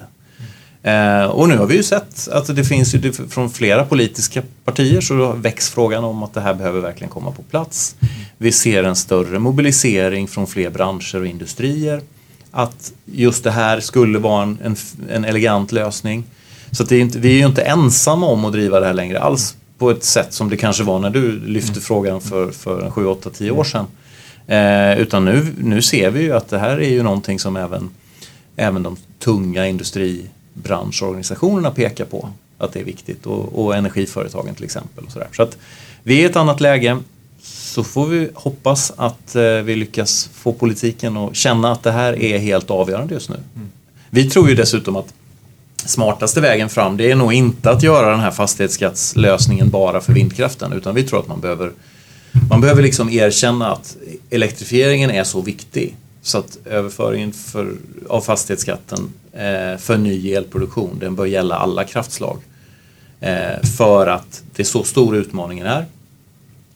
Eh, och nu har vi ju sett att det finns ju det, från flera politiska partier så väcks frågan om att det här behöver verkligen komma på plats. Vi ser en större mobilisering från fler branscher och industrier. Att just det här skulle vara en, en, en elegant lösning. Så att det är inte, vi är ju inte ensamma om att driva det här längre alls på ett sätt som det kanske var när du lyfte mm. frågan för, för en sju, åtta, tio år sedan. Eh, utan nu, nu ser vi ju att det här är ju någonting som även, även de tunga industribranschorganisationerna pekar på. Att det är viktigt. Och, och energiföretagen till exempel. Och så där. Så att vi är i ett annat läge. Så får vi hoppas att eh, vi lyckas få politiken att känna att det här är helt avgörande just nu. Mm. Vi tror ju dessutom att smartaste vägen fram, det är nog inte att göra den här fastighetsskattslösningen bara för vindkraften, utan vi tror att man behöver, man behöver liksom erkänna att elektrifieringen är så viktig så att överföringen för, av fastighetsskatten eh, för ny elproduktion, den bör gälla alla kraftslag. Eh, för att det är så stor utmaningen är.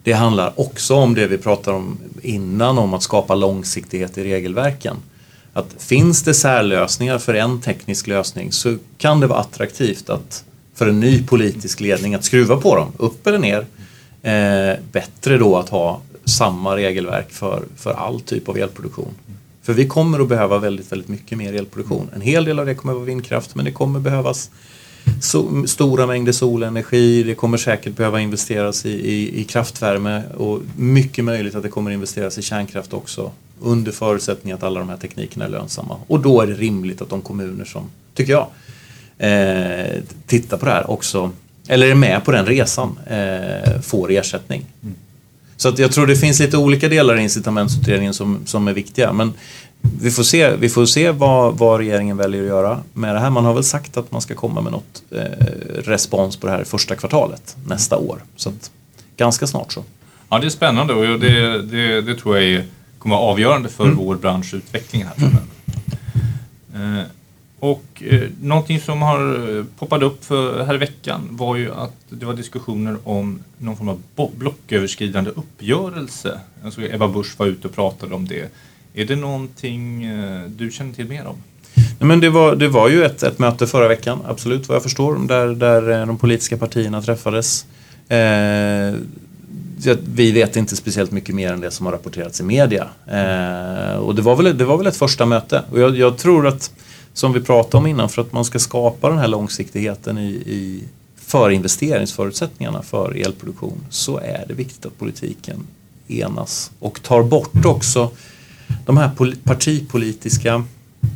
Det handlar också om det vi pratade om innan, om att skapa långsiktighet i regelverken. Att finns det särlösningar för en teknisk lösning så kan det vara attraktivt att för en ny politisk ledning att skruva på dem, upp eller ner. Eh, bättre då att ha samma regelverk för, för all typ av elproduktion. För vi kommer att behöva väldigt, väldigt mycket mer elproduktion. En hel del av det kommer att vara vindkraft, men det kommer behövas so- stora mängder solenergi. Det kommer säkert behöva investeras i, i, i kraftvärme och mycket möjligt att det kommer investeras i kärnkraft också, under förutsättning att alla de här teknikerna är lönsamma. Och då är det rimligt att de kommuner som, tycker jag, eh, tittar på det här också, eller är med på den resan, eh, får ersättning. Mm. Så att jag tror det finns lite olika delar i incitamentsutredningen som, som är viktiga. Men vi får se, vi får se vad, vad regeringen väljer att göra med det här. Man har väl sagt att man ska komma med något eh, respons på det här första kvartalet nästa år. Så att, ganska snart så. Ja, det är spännande och det, det, det tror jag är, kommer vara avgörande för mm. vår branschutveckling här framöver. Mm. Eh, och eh, någonting som har poppat upp för här i veckan var ju att det var diskussioner om någon form av bo- blocköverskridande uppgörelse. Alltså Ebba Busch var ute och pratade om det. Är det någonting eh, du känner till mer om? Nej, men det var, det var ju ett, ett möte förra veckan, absolut vad jag förstår, där, där de politiska partierna träffades. Eh, vi vet inte speciellt mycket mer än det som har rapporterats i media. Eh, och det var, väl, det var väl ett första möte. Och jag, jag tror att, som vi pratade om innan, för att man ska skapa den här långsiktigheten i, i för investeringsförutsättningarna för elproduktion, så är det viktigt att politiken enas och tar bort också de här pol- partipolitiska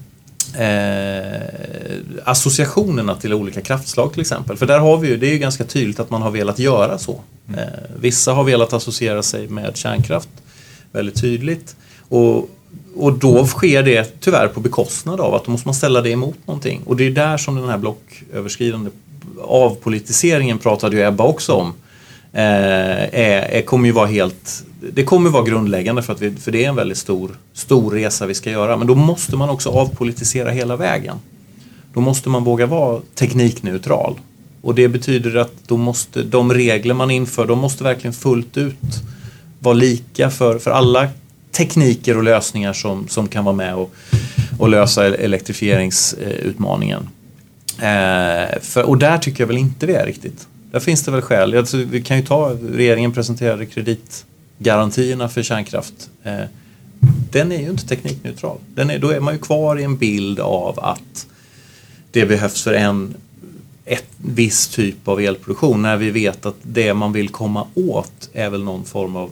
eh, associationerna till olika kraftslag till exempel. För där har vi ju, det är ju ganska tydligt att man har velat göra så. Eh, vissa har velat associera sig med kärnkraft väldigt tydligt. Och, och då sker det tyvärr på bekostnad av att då måste man ställa det emot någonting. Och det är där som den här blocköverskridande avpolitiseringen pratade ju Ebba också om. Eh, är, är, kommer ju vara helt, det kommer vara grundläggande för, att vi, för det är en väldigt stor, stor resa vi ska göra. Men då måste man också avpolitisera hela vägen. Då måste man våga vara teknikneutral. Och det betyder att då måste, de regler man inför, de måste verkligen fullt ut vara lika för, för alla tekniker och lösningar som, som kan vara med och, och lösa elektrifieringsutmaningen. Eh, för, och där tycker jag väl inte det är riktigt. Där finns det väl skäl. Alltså, vi kan ju ta, regeringen presenterade kreditgarantierna för kärnkraft. Eh, den är ju inte teknikneutral. Den är, då är man ju kvar i en bild av att det behövs för en ett viss typ av elproduktion, när vi vet att det man vill komma åt är väl någon form av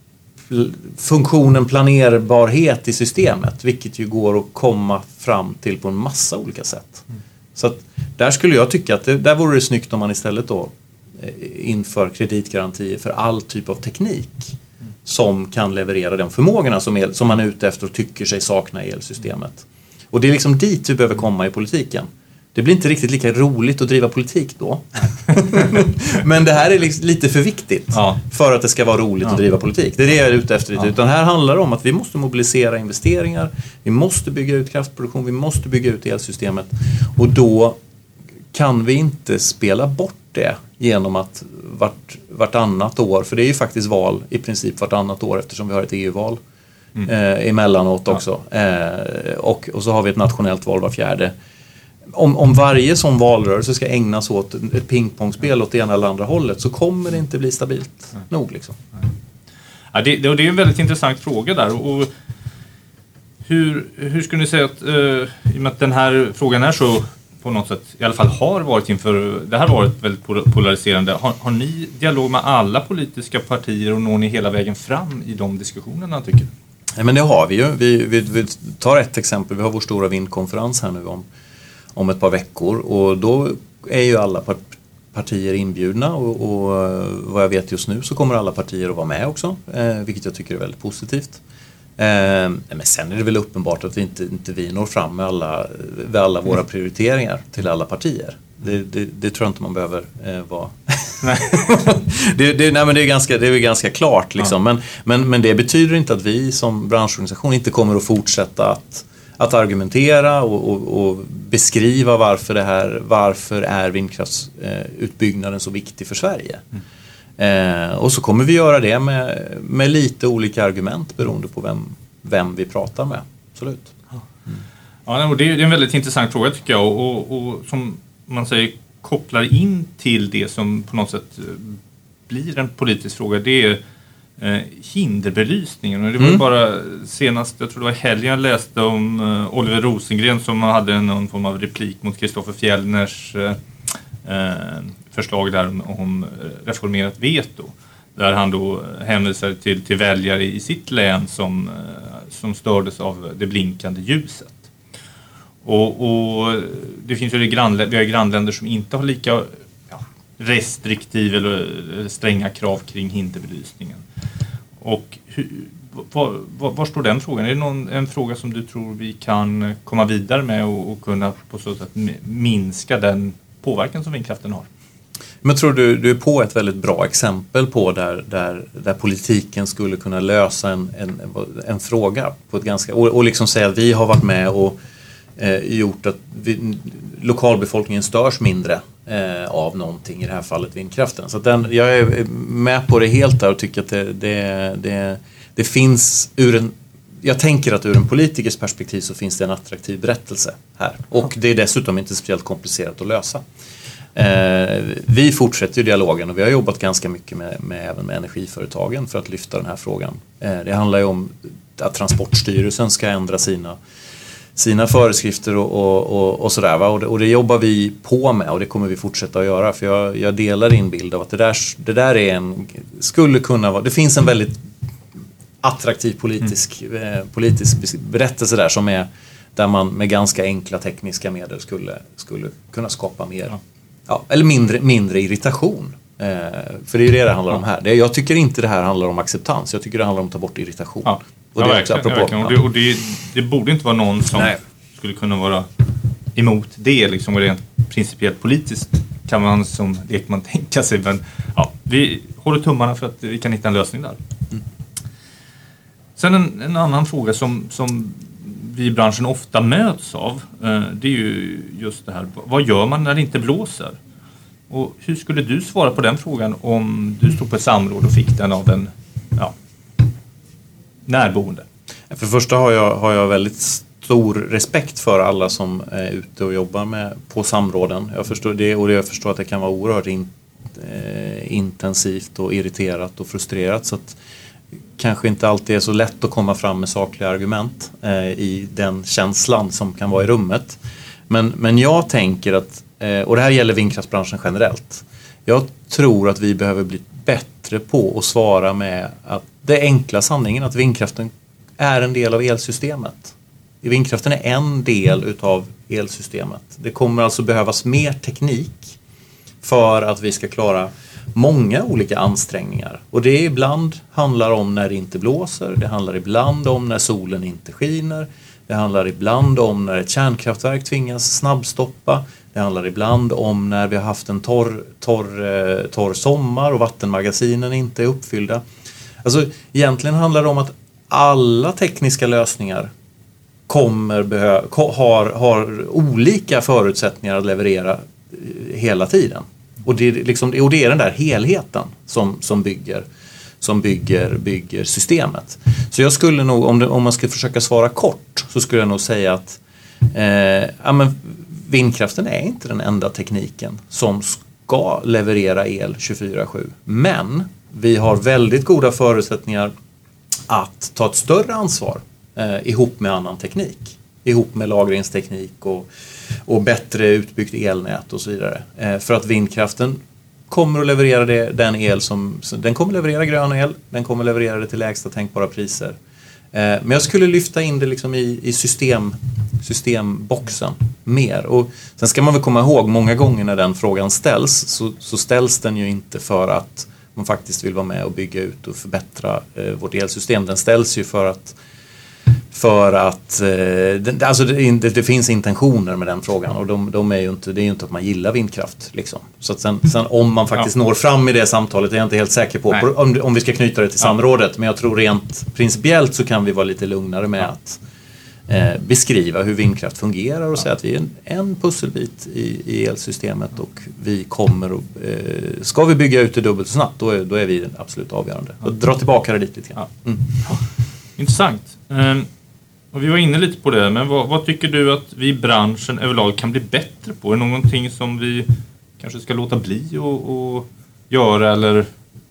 funktionen planerbarhet i systemet, vilket ju går att komma fram till på en massa olika sätt. Mm. Så att där skulle jag tycka att det, där vore det snyggt om man istället då inför kreditgarantier för all typ av teknik mm. som kan leverera de förmågorna som, el, som man är ute efter och tycker sig sakna i elsystemet. Och det är liksom dit vi behöver komma i politiken. Det blir inte riktigt lika roligt att driva politik då. Men det här är liksom lite för viktigt ja. för att det ska vara roligt ja. att driva politik. Det är det jag är ute efter. Ja. Utan här handlar det om att vi måste mobilisera investeringar. Vi måste bygga ut kraftproduktion. Vi måste bygga ut elsystemet. Och då kan vi inte spela bort det genom att vart, vartannat år, för det är ju faktiskt val i princip vartannat år eftersom vi har ett E U-val mm. eh, emellanåt också. Ja. Eh, och, och så har vi ett nationellt val var fjärde. Om, om varje sån valrörelse ska ägnas åt ett pingpongspel åt det ena eller andra hållet, så kommer det inte bli stabilt Nej. nog. Liksom. Ja, det, det är en väldigt intressant fråga där. Och hur, hur skulle ni säga att, uh, i och med att den här frågan är så på något sätt, i alla fall har varit inför, det här har varit väldigt polariserande. Har, har ni dialog med alla politiska partier och når ni hela vägen fram i de diskussionerna, tycker du? Ja, men det har vi ju. Vi, vi, vi tar ett exempel. Vi har vår stora vindkonferens här nu om om ett par veckor, och då är ju alla partier inbjudna, och, och vad jag vet just nu så kommer alla partier att vara med också, eh, vilket jag tycker är väldigt positivt. Eh, men sen är det väl uppenbart att vi inte, inte vi når fram med alla, med alla våra prioriteringar till alla partier. Det, det, det tror jag inte man behöver eh, vara. Nej. det, det, nej, men det är ganska, det är ganska klart liksom. Ja. men, men, men det betyder inte att vi som branschorganisation inte kommer att fortsätta att Att argumentera och, och, och beskriva varför det här, varför är vindkraftsutbyggnaden så viktig för Sverige. Mm. Eh, och så kommer vi göra det med, med lite olika argument beroende på vem, vem vi pratar med. Absolut. Mm. Ja, det är en väldigt intressant fråga tycker jag. Och, och, och som man säger kopplar in till det som på något sätt blir en politisk fråga. Det är eh, hinderbelysningen. Och det var mm. bara senast, jag tror det var helgen jag läste om eh, Oliver Rosengren som hade någon form av replik mot Kristoffer Fjellners eh, eh, förslag där om, om reformerat veto. Där han då hänvisade till, till väljare i sitt län som, eh, som stördes av det blinkande ljuset. Och, och det finns ju grannländer, vi har grannländer som inte har lika ja, restriktiva eller stränga krav kring hinderbelysningen. Och hur, var, var, var står den frågan? Är det någon, en fråga som du tror vi kan komma vidare med och, och kunna på så sätt minska den påverkan som vindkraften har? Men jag tror du, du är på ett väldigt bra exempel på där, där, där politiken skulle kunna lösa en, en, en fråga på ett ganska, och, och liksom säga att vi har varit med och eh, gjort att vi, lokalbefolkningen störs mindre eh, av någonting, i det här fallet vindkraften. Så att den, jag är med på det helt där och tycker att det, det, det, det finns ur en, jag tänker att ur en politikers perspektiv så finns det en attraktiv berättelse här. Och det är dessutom inte speciellt komplicerat att lösa. Eh, vi fortsätter ju dialogen och vi har jobbat ganska mycket med, med, även med energiföretagen för att lyfta den här frågan. Eh, det handlar ju om att Transportstyrelsen ska ändra sina, sina föreskrifter och, och, och, och sådär. Va? Och, det, och det jobbar vi på med och det kommer vi fortsätta att göra. För jag, jag delar din bild av att det där, det där är en, skulle kunna vara, det finns en väldigt attraktiv politisk, mm. eh, politisk berättelse där som är där man med ganska enkla tekniska medel skulle, skulle kunna skapa mer. Ja. Ja, eller mindre, mindre irritation. Eh, för det är ju det det handlar om här. Det, jag tycker inte det här handlar om acceptans. Jag tycker det handlar om att ta bort irritation. Ja, och ja, det, verkligen, apropå, ja, verkligen. Och, det, och det, det borde inte vara någon som Nej. skulle kunna vara emot det. Liksom, och rent principiellt politiskt kan man som lekman tänka sig. Men ja, vi håller tummarna för att vi kan hitta en lösning där. Mm. Sen en, en annan fråga som... som vi i branschen ofta möts av, det är ju just det här, vad gör man när det inte blåser? Och hur skulle du svara på den frågan om du stod på ett samråd och fick den av en ja, närboende? För det första har jag, har jag väldigt stor respekt för alla som är ute och jobbar med, på samråden. Jag förstår det, och jag förstår att det kan vara oerhört in, eh, intensivt och irriterat och frustrerat, så att kanske inte alltid är så lätt att komma fram med sakliga argument eh, i den känslan som kan vara i rummet. Men, men jag tänker att, eh, och det här gäller vindkraftsbranschen generellt, jag tror att vi behöver bli bättre på att svara med att det enkla sanningen att vindkraften är en del av elsystemet. Vindkraften är en del utav elsystemet. Det kommer alltså behövas mer teknik för att vi ska klara många olika ansträngningar. Och det ibland handlar om när det inte blåser. Det handlar ibland om när solen inte skiner. Det handlar ibland om när ett kärnkraftverk tvingas snabbstoppa. Det handlar ibland om när vi har haft en torr, torr, torr sommar och vattenmagasinen inte är uppfyllda. Alltså egentligen handlar det om att alla tekniska lösningar kommer behö- har, har olika förutsättningar att leverera hela tiden. Och det, är liksom, och det är den där helheten som, som, bygger, som bygger, bygger systemet. Så jag skulle nog, om, det, om man skulle försöka svara kort, så skulle jag nog säga att eh, ja, men vindkraften är inte den enda tekniken som ska leverera el tjugofyra sju. Men vi har väldigt goda förutsättningar att ta ett större ansvar eh, ihop med annan teknik. Ihop med lagringsteknik och, och bättre utbyggt elnät och så vidare. Eh, för att vindkraften kommer att leverera det, den el som... Den kommer leverera grön el, den kommer leverera det till lägsta tänkbara priser. Eh, men jag skulle lyfta in det liksom i, i system, systemboxen mer. Och sen ska man väl komma ihåg, många gånger när den frågan ställs så, så ställs den ju inte för att man faktiskt vill vara med och bygga ut och förbättra eh, vårt elsystem. Den ställs ju för att För att eh, det, alltså det, det, det finns intentioner med den frågan och de, de är ju inte, det är ju inte att man gillar vindkraft. Liksom. Så att sen, sen om man faktiskt ja. når fram i det samtalet är jag inte helt säker på, på om, om vi ska knyta det till ja. samrådet. Men jag tror rent principiellt så kan vi vara lite lugnare med ja. att eh, beskriva hur vindkraft fungerar och ja. säga att vi är en, en pusselbit i, i elsystemet och vi kommer att, eh, ska vi bygga ut det dubbelt så snabbt, då är, då är vi absolut avgörande. Och dra tillbaka det dit lite grann. Ja. Mm. Ja. Intressant. Um, och vi var inne lite på det, men vad, vad tycker du att vi i branschen överlag kan bli bättre på? Är det någonting som vi kanske ska låta bli och, och göra, eller?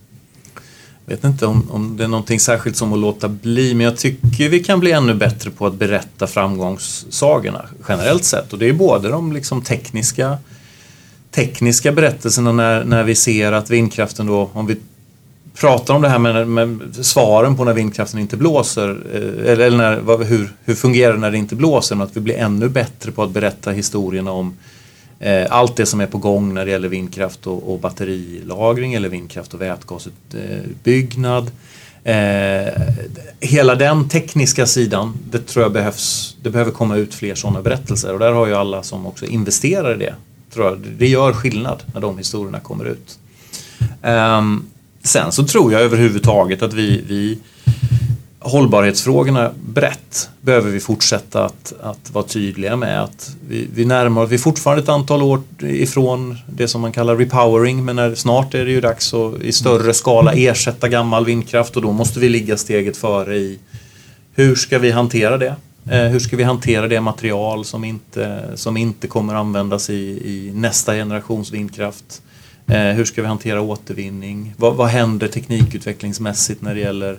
Jag vet inte om, om det är någonting särskilt som att låta bli, men jag tycker vi kan bli ännu bättre på att berätta framgångssagorna generellt sett. Och det är både de liksom tekniska, tekniska berättelserna när, när vi ser att vindkraften då, om vi pratar om det här med, med svaren på när vindkraften inte blåser, eller, eller när, vad, hur, hur fungerar det när det inte blåser, men att vi blir ännu bättre på att berätta historierna om Eh, allt det som är på gång när det gäller vindkraft och, och batterilagring eller vindkraft och vätgasutbyggnad. Eh, hela den tekniska sidan, det tror jag behövs, det behöver komma ut fler sådana berättelser. Och där har ju alla som också investerar i det, tror jag, det gör skillnad när de historierna kommer ut. Eh, sen så tror jag överhuvudtaget att vi, vi hållbarhetsfrågorna brett behöver vi fortsätta att, att vara tydliga med. Att vi, vi närmar oss, vi är fortfarande ett antal år ifrån det som man kallar repowering, men när, snart är det ju dags att i större skala ersätta gammal vindkraft, och då måste vi ligga steget före i hur ska vi hantera det? Eh, hur ska vi hantera det material som inte, som inte kommer användas i, i nästa generations vindkraft? Eh, hur ska vi hantera återvinning? Vad, vad händer teknikutvecklingsmässigt när det gäller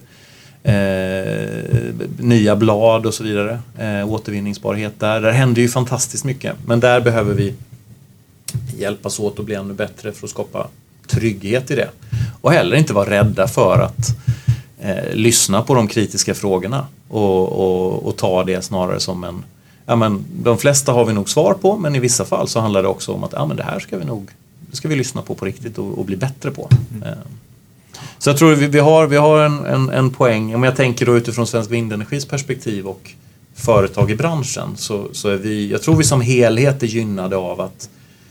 Eh, nya blad och så vidare, eh, återvinningsbarhet där. Där händer ju fantastiskt mycket, men där behöver vi hjälpas åt att bli ännu bättre för att skapa trygghet i det. Och heller inte vara rädda för att eh, lyssna på de kritiska frågorna och, och, och ta det snarare som en, ja men de flesta har vi nog svar på, men i vissa fall så handlar det också om att ja men det här ska vi nog, det ska vi lyssna på på riktigt och, och bli bättre på. Mm. Eh. Så jag tror vi, vi har, vi har en, en, en poäng. Om jag tänker då utifrån Svensk Vindenergis perspektiv och företag i branschen, så, så är vi, jag tror vi som helhet är gynnade av att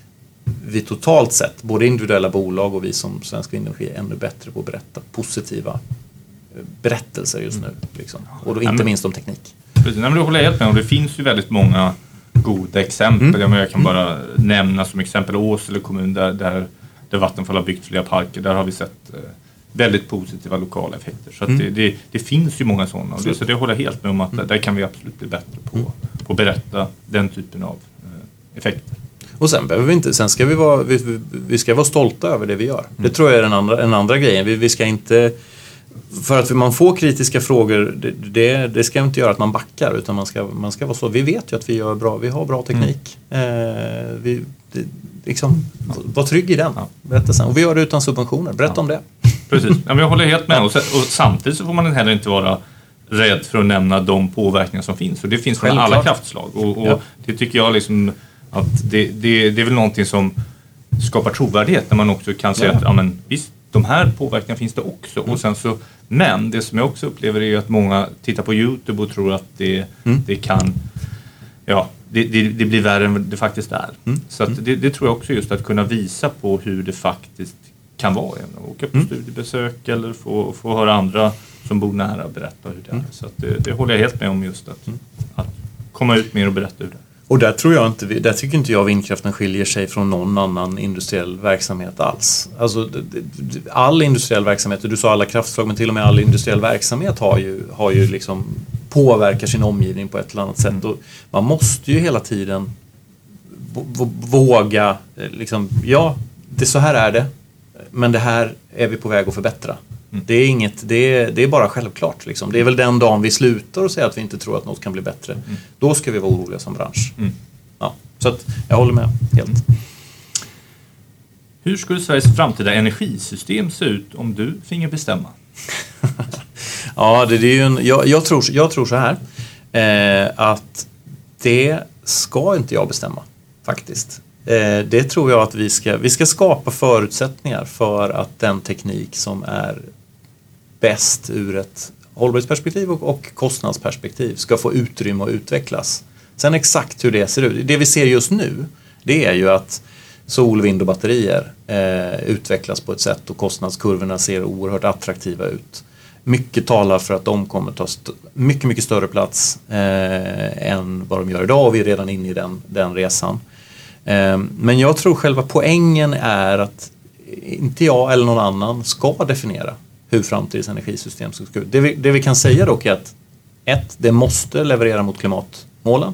vi totalt sett, både individuella bolag och vi som Svensk Vindenergi, är ännu bättre på att berätta positiva berättelser just nu. Liksom. Och då inte minst om teknik. Precis, men det håller jag helt med om. Det finns ju väldigt många goda exempel. Mm. Jag kan bara mm. nämna som exempel Åsele kommun där, där, där Vattenfall har byggt flera parker. Där har vi sett väldigt positiva lokala effekter. Så att mm. det, det, det finns ju många sådana. Och det, så det håller jag helt med om att mm. där kan vi absolut bli bättre på, mm. på att berätta den typen av eh, effekter. Och sen behöver vi inte, sen ska vi vara, vi, vi ska vara stolta över det vi gör. Mm. Det tror jag är den andra, en andra grejen. Vi, vi ska inte, för att man får kritiska frågor, det, det, det ska inte göra att man backar, utan man ska, man ska vara så. Vi vet ju att vi gör bra, vi har bra teknik. Mm. Eh, vi, det, liksom, var trygg i den berättelsen. Och vi gör det utan subventioner. Berätta ja. om det. Precis, ja, men jag håller helt med. Och, och samtidigt så får man heller inte vara rädd för att nämna de påverkningar som finns. Och det finns från alla kraftslag. Och, och ja. det tycker jag liksom att det, det, det är väl någonting som skapar trovärdighet när man också kan säga ja. att ja, men, visst, de här påverkningarna finns det också. Mm. Och sen så, men det som jag också upplever är att många tittar på YouTube och tror att det, mm. det kan... Ja, det, det, det blir värre än det faktiskt är. Mm. Så att det, det tror jag också, just att kunna visa på hur det faktiskt kan vara. Åka på mm. studiebesök eller få, få höra andra som bor nära och berätta hur det är. Mm. Så att det, det håller jag helt med om, just att, mm. att komma ut mer och berätta hur det är. Och där tror jag inte, där tycker inte jag vindkraften skiljer sig från någon annan industriell verksamhet alls. Alltså all industriell verksamhet, du sa alla kraftslag, men till och med all industriell verksamhet har ju, har ju liksom påverkar sin omgivning på ett eller annat sätt. Och man måste ju hela tiden våga liksom, ja, det så här är det, men det här är vi på väg att förbättra. Mm. Det är inget, det är, det är bara självklart liksom. Det är väl den dagen vi slutar och säger att vi inte tror att något kan bli bättre. Mm. Då ska vi vara oroliga som bransch. Mm. Ja, så att jag håller med helt. Hur skulle Sveriges framtida energisystem se ut om du finge bestämma? Ja, det, det är ju en, jag, jag, tror, jag tror så här eh, att det ska inte jag bestämma faktiskt. Eh, det tror jag att vi ska, vi ska skapa förutsättningar för att den teknik som är bäst ur ett hållbarhetsperspektiv och, och kostnadsperspektiv ska få utrymme att utvecklas. Sen exakt hur det ser ut. Det vi ser just nu, det är ju att sol, vind och batterier eh, utvecklas på ett sätt och kostnadskurvorna ser oerhört attraktiva ut. mycket talar för att de kommer ta st- mycket, mycket större plats eh, än vad de gör idag, och vi är redan inne i den, den resan. Eh, men jag tror själva poängen är att inte jag eller någon annan ska definiera hur framtidens energisystem ska se ut. Det vi, det vi kan säga dock är att ett, det måste leverera mot klimatmålen.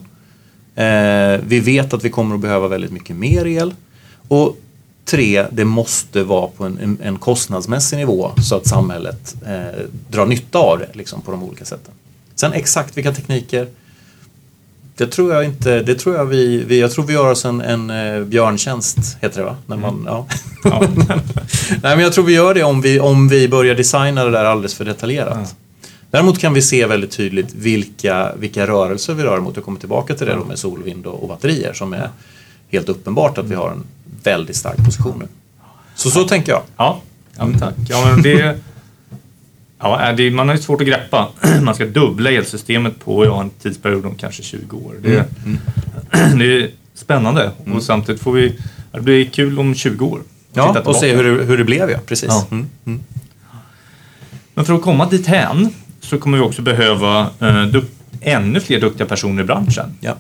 Eh, vi vet att vi kommer att behöva väldigt mycket mer el. Och tre, det måste vara på en, en, en kostnadsmässig nivå så att samhället eh, drar nytta av det liksom, på de olika sätten. Sen exakt vilka tekniker, det tror jag inte, det tror jag vi, vi jag tror vi gör oss en, en eh, björntjänst, heter det va? När man, mm. ja. ja. Nej, men jag tror vi gör det om vi, om vi börjar designa det där alldeles för detaljerat. Ja. Däremot kan vi se väldigt tydligt vilka, vilka rörelser vi rör mot. Jag kommer tillbaka till det då med sol, vind och, och batterier som är helt uppenbart att vi har en väldigt stark position nu. Så så tänker jag. Ja, ja men tack. Ja, men det, ja, det, man har ju svårt att greppa. Man ska dubbla elsystemet på ja, en tidsperiod om kanske tjugo år. Det, mm. Mm. det är spännande. Mm. Och samtidigt får vi, det blir kul om tjugo år. Ja, och se hur det, hur det blev. Ja, precis. Ja. Mm. Mm. Men för att komma dit hän så kommer vi också behöva eh, du, ännu fler duktiga personer i branschen. Ja.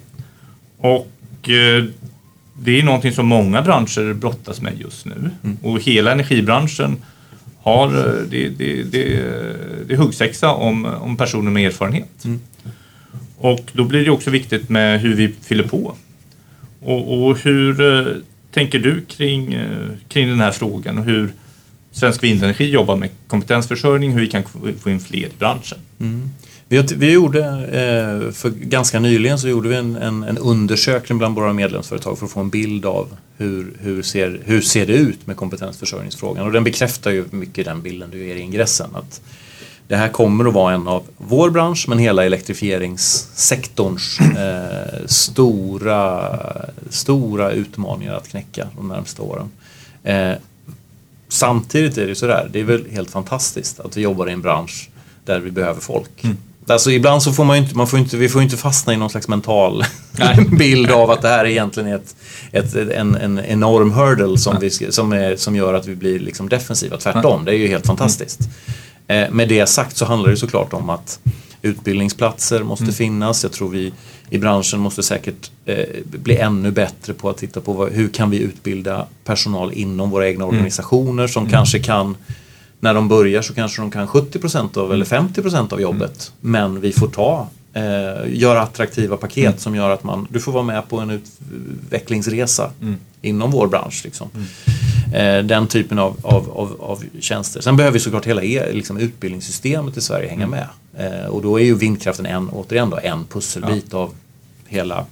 Och eh, det är någonting som många branscher brottas med just nu. Mm. Och hela energibranschen har det, det, det, det är huggsexa om, om personer med erfarenhet. Mm. Och då blir det också viktigt med hur vi fyller på. Och, och hur eh, tänker du kring, eh, kring den här frågan och hur Svensk Vindenergi jobbar med kompetensförsörjning, hur vi kan få in fler i branschen? Mm. Vi, vi gjorde, eh, för ganska nyligen så gjorde vi en, en, en undersökning bland våra medlemsföretag för att få en bild av hur, hur, ser, hur ser det ut med kompetensförsörjningsfrågan. Och den bekräftar ju mycket den bilden du ger i ingressen. Att det här kommer att vara en av vår bransch, men hela elektrifieringssektorns eh, stora, stora utmaningar att knäcka de närmaste åren. Eh, samtidigt är det ju sådär, det är väl helt fantastiskt att vi jobbar i en bransch där vi behöver folk. Mm. Alltså ibland så får man ju inte, man får inte, vi får inte fastna i någon slags mental bild av att det här egentligen är ett, ett, en, en enorm hurdle som, vi, som, är, som gör att vi blir liksom defensiva. Tvärtom, det är ju helt fantastiskt. Mm. Eh, med det sagt så handlar det såklart om att utbildningsplatser måste mm. finnas. Jag tror vi i branschen måste säkert eh, bli ännu bättre på att titta på vad, hur kan vi utbilda personal inom våra egna organisationer som mm. kanske kan, när de börjar så kanske de kan sjuttio procent av eller femtio procent av jobbet. Mm. Men vi får ta, eh, göra attraktiva paket mm. som gör att man, du får vara med på en utvecklingsresa mm. inom vår bransch. Liksom. Mm. Eh, den typen av, av, av, av tjänster. Sen behöver vi såklart hela e, liksom, utbildningssystemet i Sverige hänga med. Eh, och då är ju vindkraften en, återigen då, en pusselbit ja. av hela,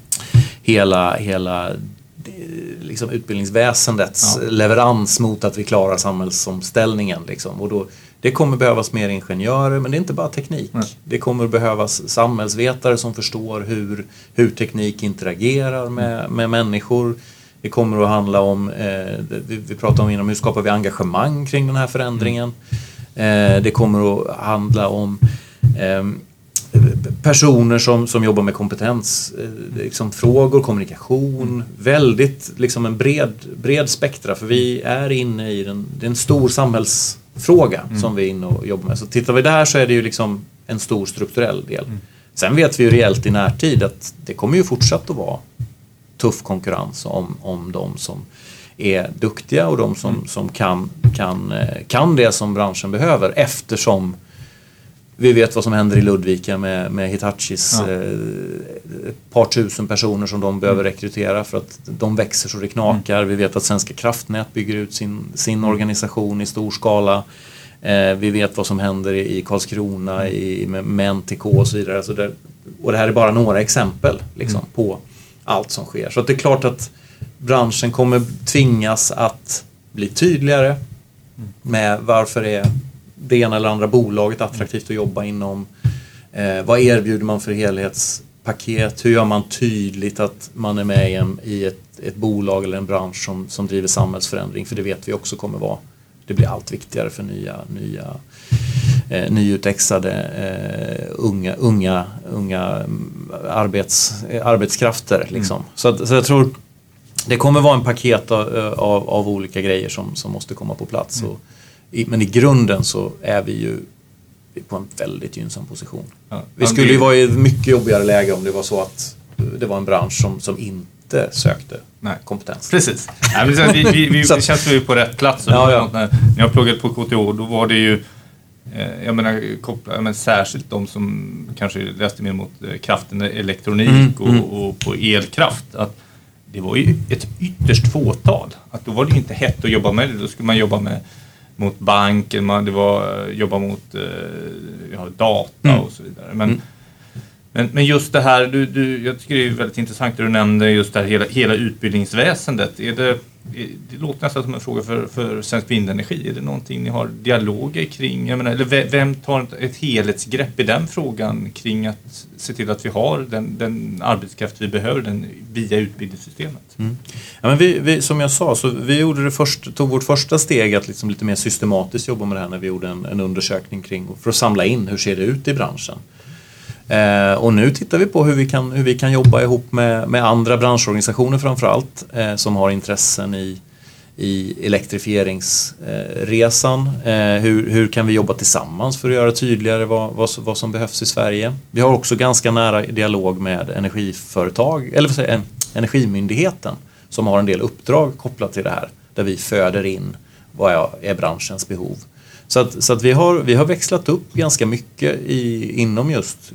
hela, hela liksom utbildningsväsendets ja. leverans mot att vi klarar samhällsomställningen. Liksom. Och då, det kommer behövas mer ingenjörer, men det är inte bara teknik. Mm. Det kommer behövas samhällsvetare som förstår hur, hur teknik interagerar med, mm. med människor. Det kommer att handla om, eh, vi, vi pratar om inom hur skapar vi engagemang kring den här förändringen. Mm. Eh, det kommer att handla om eh, personer som, som jobbar med kompetens, eh, liksom frågor, kommunikation, mm. väldigt liksom en bred, bred spektra, för vi är inne i den, det är en stor samhällsfråga mm. som vi är inne och jobbar med. Så tittar vi där så är det ju liksom en stor strukturell del. Mm. Sen vet vi ju reellt i närtid att det kommer ju fortsatt att vara tuff konkurrens om, om de som är duktiga och de som, mm. som kan, kan, kan det som branschen behöver, eftersom vi vet vad som händer i Ludvika med, med Hitachis ja. eh, ett par tusen personer som de behöver mm. rekrytera för att de växer så det knakar. Mm. Vi vet att Svenska kraftnät bygger ut sin, sin organisation i stor skala. Eh, vi vet vad som händer i, i Karlskrona i, med, med N T K och så vidare. Alltså det, och det här är bara några exempel liksom, mm. på allt som sker. Så att det är klart att branschen kommer tvingas att bli tydligare med varför är det ena eller andra bolaget attraktivt att jobba inom. Eh, vad erbjuder man för helhetspaket? Hur gör man tydligt att man är med i, en, i ett, ett bolag eller en bransch som, som driver samhällsförändring? För det vet vi också kommer vara, det blir allt viktigare för nya, nya eh, nyutexade eh, unga, unga, unga arbets, arbetskrafter. Liksom. Mm. Så, att, så jag tror det kommer vara en paket av, av, av olika grejer som, som måste komma på plats. Mm. Och, i, men i grunden så är vi ju på en väldigt gynnsam position. Ja. Vi skulle ju vara i ett mycket jobbigare läge om det var så att det var en bransch som, som inte sökte Nej. kompetens. Precis. Ja, men vi, vi, vi, det känns vi på rätt plats. Ja, ja. När, när jag pluggade på K T H, då var det ju eh, jag menar, koppla, jag menar särskilt de som kanske läste mer mot eh, kraften, elektronik mm, och, mm. och på elkraft. Att det var ju ett ytterst fåtal. Att då var det ju inte hett att jobba med det. Då skulle man jobba med mot banken, man, det var jobba mot eh, ja, data mm. och så vidare. Men, mm. men, men just det här, du, du, jag tycker det är väldigt intressant att du nämnde just det här hela, hela utbildningsväsendet. Är det, det låter nästan som en fråga för, för Svensk Vindenergi. Är det någonting ni har dialoger kring? Jag menar, eller vem tar ett helhetsgrepp i den frågan kring att se till att vi har den, den arbetskraft vi behöver den, via utbildningssystemet? Mm. Ja, men vi, vi, som jag sa, så vi gjorde det först, tog vårt första steg att liksom lite mer systematiskt jobba med det här när vi gjorde en, en undersökning kring för att samla in hur ser det ut i branschen. Eh, och nu tittar vi på hur vi kan, hur vi kan jobba ihop med, med andra branschorganisationer framförallt eh, som har intressen i, i elektrifieringsresan. Eh, eh, hur, hur kan vi jobba tillsammans för att göra tydligare vad, vad, vad som behövs i Sverige. Vi har också ganska nära dialog med energiföretag, eller vad säger jag, Energimyndigheten som har en del uppdrag kopplat till det här där vi föder in vad är branschens behov. Så att, så att vi, har, vi har växlat upp ganska mycket i, inom just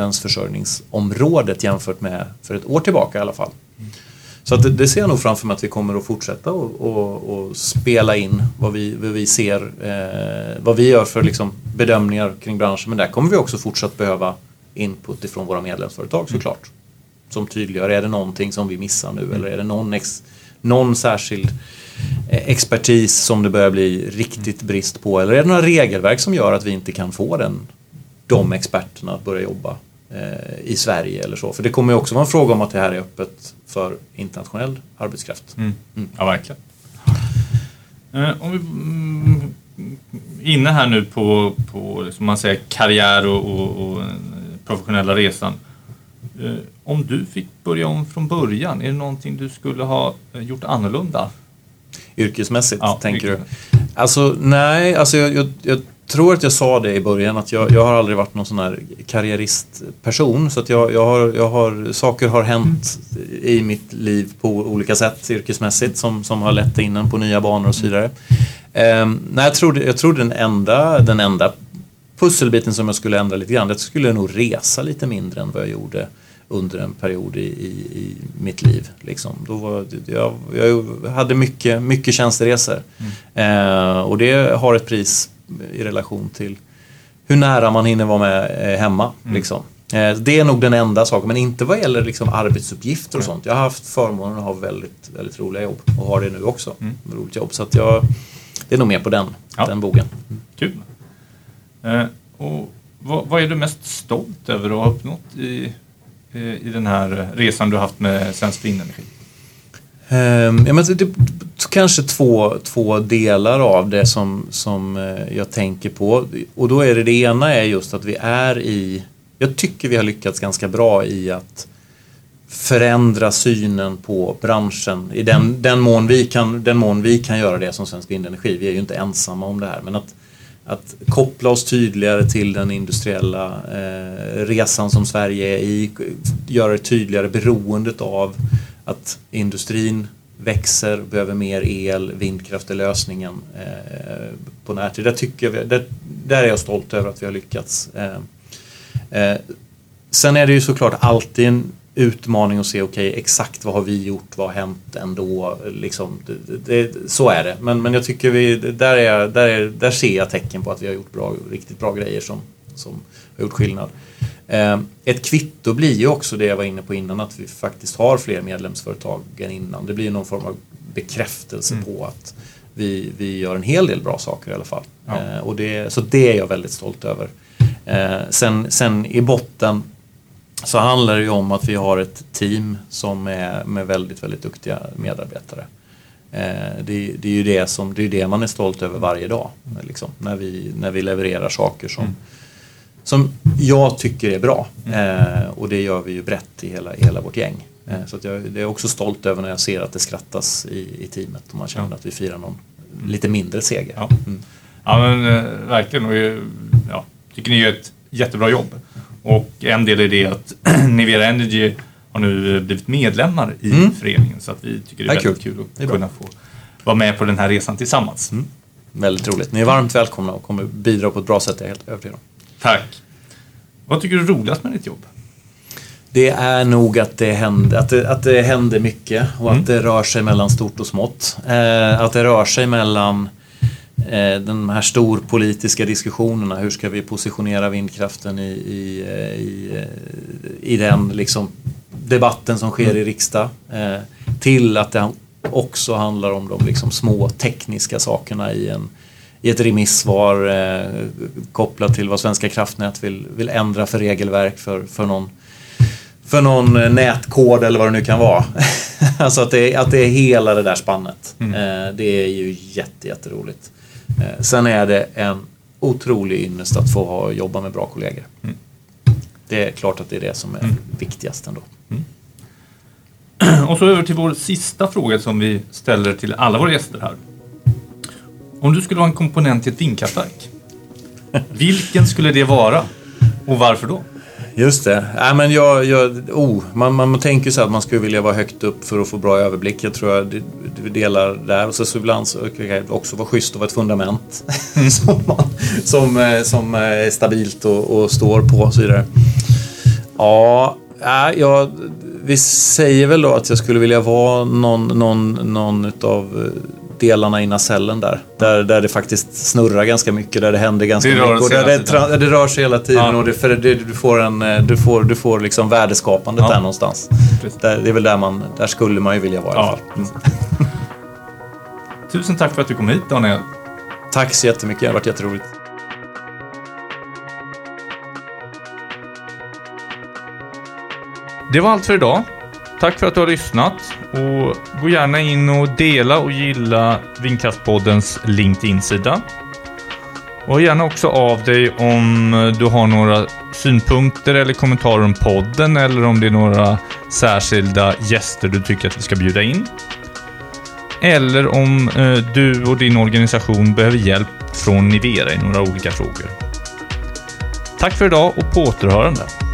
kompetensförsörjningsområdet jämfört med för ett år tillbaka i alla fall. Mm. Så att det, det ser jag nog framför mig att vi kommer att fortsätta och, och, och spela in vad vi, vad vi ser, eh, vad vi gör för liksom bedömningar kring branschen. Men där kommer vi också fortsatt behöva input ifrån våra medlemsföretag såklart. Mm. Som tydliggör, är det någonting som vi missar nu mm. eller är det någon, ex, någon särskild expertis som det börjar bli riktigt brist på, eller är det några regelverk som gör att vi inte kan få den, de experterna att börja jobba eh, i Sverige eller så, för det kommer ju också vara en fråga om att det här är öppet för internationell arbetskraft. Mm. Mm. Ja, verkligen. Eh, om vi mm, inne här nu på, på som man säger karriär och, och, och professionella resan. Eh, om du fick börja om från början, är det någonting du skulle ha gjort annorlunda? Yrkesmässigt, ja, tänker yrkesmässigt. Du? Alltså, nej, alltså jag, jag, jag tror att jag sa det i början att jag, jag har aldrig varit någon sån här karriäristperson, så att jag, jag, har, jag har, saker har hänt i mitt liv på olika sätt yrkesmässigt som, som har lett in en på nya banor och så vidare. Um, nej, jag tror, jag tror den enda, den enda pusselbiten som jag skulle ändra lite grann, det skulle jag nog resa lite mindre än vad jag gjorde under en period i, i, i mitt liv. Liksom. Då var, jag, jag hade mycket, mycket tjänsteresor. Mm. Eh, och det har ett pris i relation till hur nära man hinner vara med eh, hemma. Mm. Liksom. Eh, det är nog den enda saken, men inte vad gäller liksom, arbetsuppgifter och mm. sånt. Jag har haft förmånen att ha väldigt, väldigt roliga jobb och har det nu också. Mm. Roligt jobb. Så att jag, det är nog mer på den, ja. den bogen. Mm. Kul. Eh, och vad, vad är du mest stolt över att ha uppnått i i den här resan du har haft med Svensk Vindenergi? Um, ja, men det, det, kanske två, två delar av det som, som uh, jag tänker på. Och då är det det ena är just att vi är i... Jag tycker vi har lyckats ganska bra i att förändra synen på branschen. I den, mm. den, mån vi kan, den mån vi kan göra det som Svensk Vindenergi. Vi är ju inte ensamma om det här. Men att Att koppla oss tydligare till den industriella eh, resan som Sverige är i, göra det tydligare beroendet av att industrin växer, behöver mer el, vindkraft är lösningen eh, på närtid. Där, tycker jag, där, där är jag stolt över att vi har lyckats. Eh, eh, sen är det ju såklart alltid en utmaning att se, okej, okay, exakt vad har vi gjort, vad har hänt ändå, liksom, det, det, så är det. Men, men jag tycker vi, där, är, där, är, där ser jag tecken på att vi har gjort bra, riktigt bra grejer som, som har gjort skillnad. Eh, ett kvitto blir ju också det jag var inne på innan, att vi faktiskt har fler medlemsföretag än innan. Det blir någon form av bekräftelse mm. på att vi, vi gör en hel del bra saker i alla fall. Ja. Eh, och det, så det är jag väldigt stolt över. Eh, sen, sen i botten så handlar det ju om att vi har ett team som är med väldigt, väldigt duktiga medarbetare. Eh, det, det är ju det, som, det, är det man är stolt över varje dag. Liksom, när, vi, när vi levererar saker som, mm. som jag tycker är bra. Eh, och det gör vi ju brett i hela, i hela vårt gäng. Eh, så att jag det är också stolt över när jag ser att det skrattas i, i teamet. Och man känner ja. att vi firar någon lite mindre seger. Ja, mm. ja men verkligen. Och, ja. tycker ni gör ett jättebra jobb. Och en del är det att Nivera Energy har nu blivit medlemmar i mm. föreningen. Så att vi tycker det är, det är väldigt kul, kul att kunna få vara med på den här resan tillsammans. Mm. Väldigt roligt. Ni är varmt välkomna och kommer bidra på ett bra sätt, jag är helt övertygad om. Tack. Vad tycker du är roligast med ditt jobb? Det är nog att det händer, att det, att det händer mycket och mm. att det rör sig mellan stort och smått. Eh, att det rör sig mellan eh, de här storpolitiska diskussionerna. Hur ska vi positionera vindkraften i, i, i, i den liksom, debatten som sker mm. i riksdag. Eh, till att det också handlar om de liksom, små tekniska sakerna i, en, i ett remissvar eh, kopplat till vad Svenska kraftnät vill, vill ändra för regelverk för, för någon för någon nätkod eller vad det nu kan vara. Alltså att det, är, att det är hela det där spannet. Mm. Eh, det är ju jätte, jätteroligt. Eh, sen är det en otrolig ynnest att få ha, jobba med bra kollegor. Mm. Det är klart att det är det som är mm. viktigast ändå. Mm. Och så över till vår sista fråga som vi ställer till alla våra gäster här. Om du skulle ha en komponent i ett vindkraftverk, vilken skulle det vara? Och varför då? Just det. Äh, men jag, jag, oh, man, man, man tänker så att man skulle vilja vara högt upp för att få bra överblick. Jag tror att vi delar där. Och så, så ibland så kan det också vara schysst att vara ett fundament mm. som, man, som, som är stabilt och, och står på och så vidare. Ja, äh, jag, vi säger väl då att jag skulle vilja vara någon, någon, någon utav delarna i nacellen där. Där, där det faktiskt snurrar ganska mycket, där det händer ganska det mycket. Och där det, tra- det rör sig hela tiden ja. och det, för det, du får en du får, du får liksom värdeskapandet ja. där någonstans. Där, det är väl där man, där skulle man ju vilja vara i alla fall. Ja. Mm. Tusen tack för att du kom hit, Daniel. Tack så jättemycket, det har varit jätteroligt. Det var allt för idag. Tack för att du har lyssnat och gå gärna in och dela och gilla Vindkraftpoddens LinkedIn-sida. Och gärna också av dig om du har några synpunkter eller kommentarer om podden eller om det är några särskilda gäster du tycker att vi ska bjuda in. Eller om eh, du och din organisation behöver hjälp från Nivera i några olika frågor. Tack för idag och på återhörande.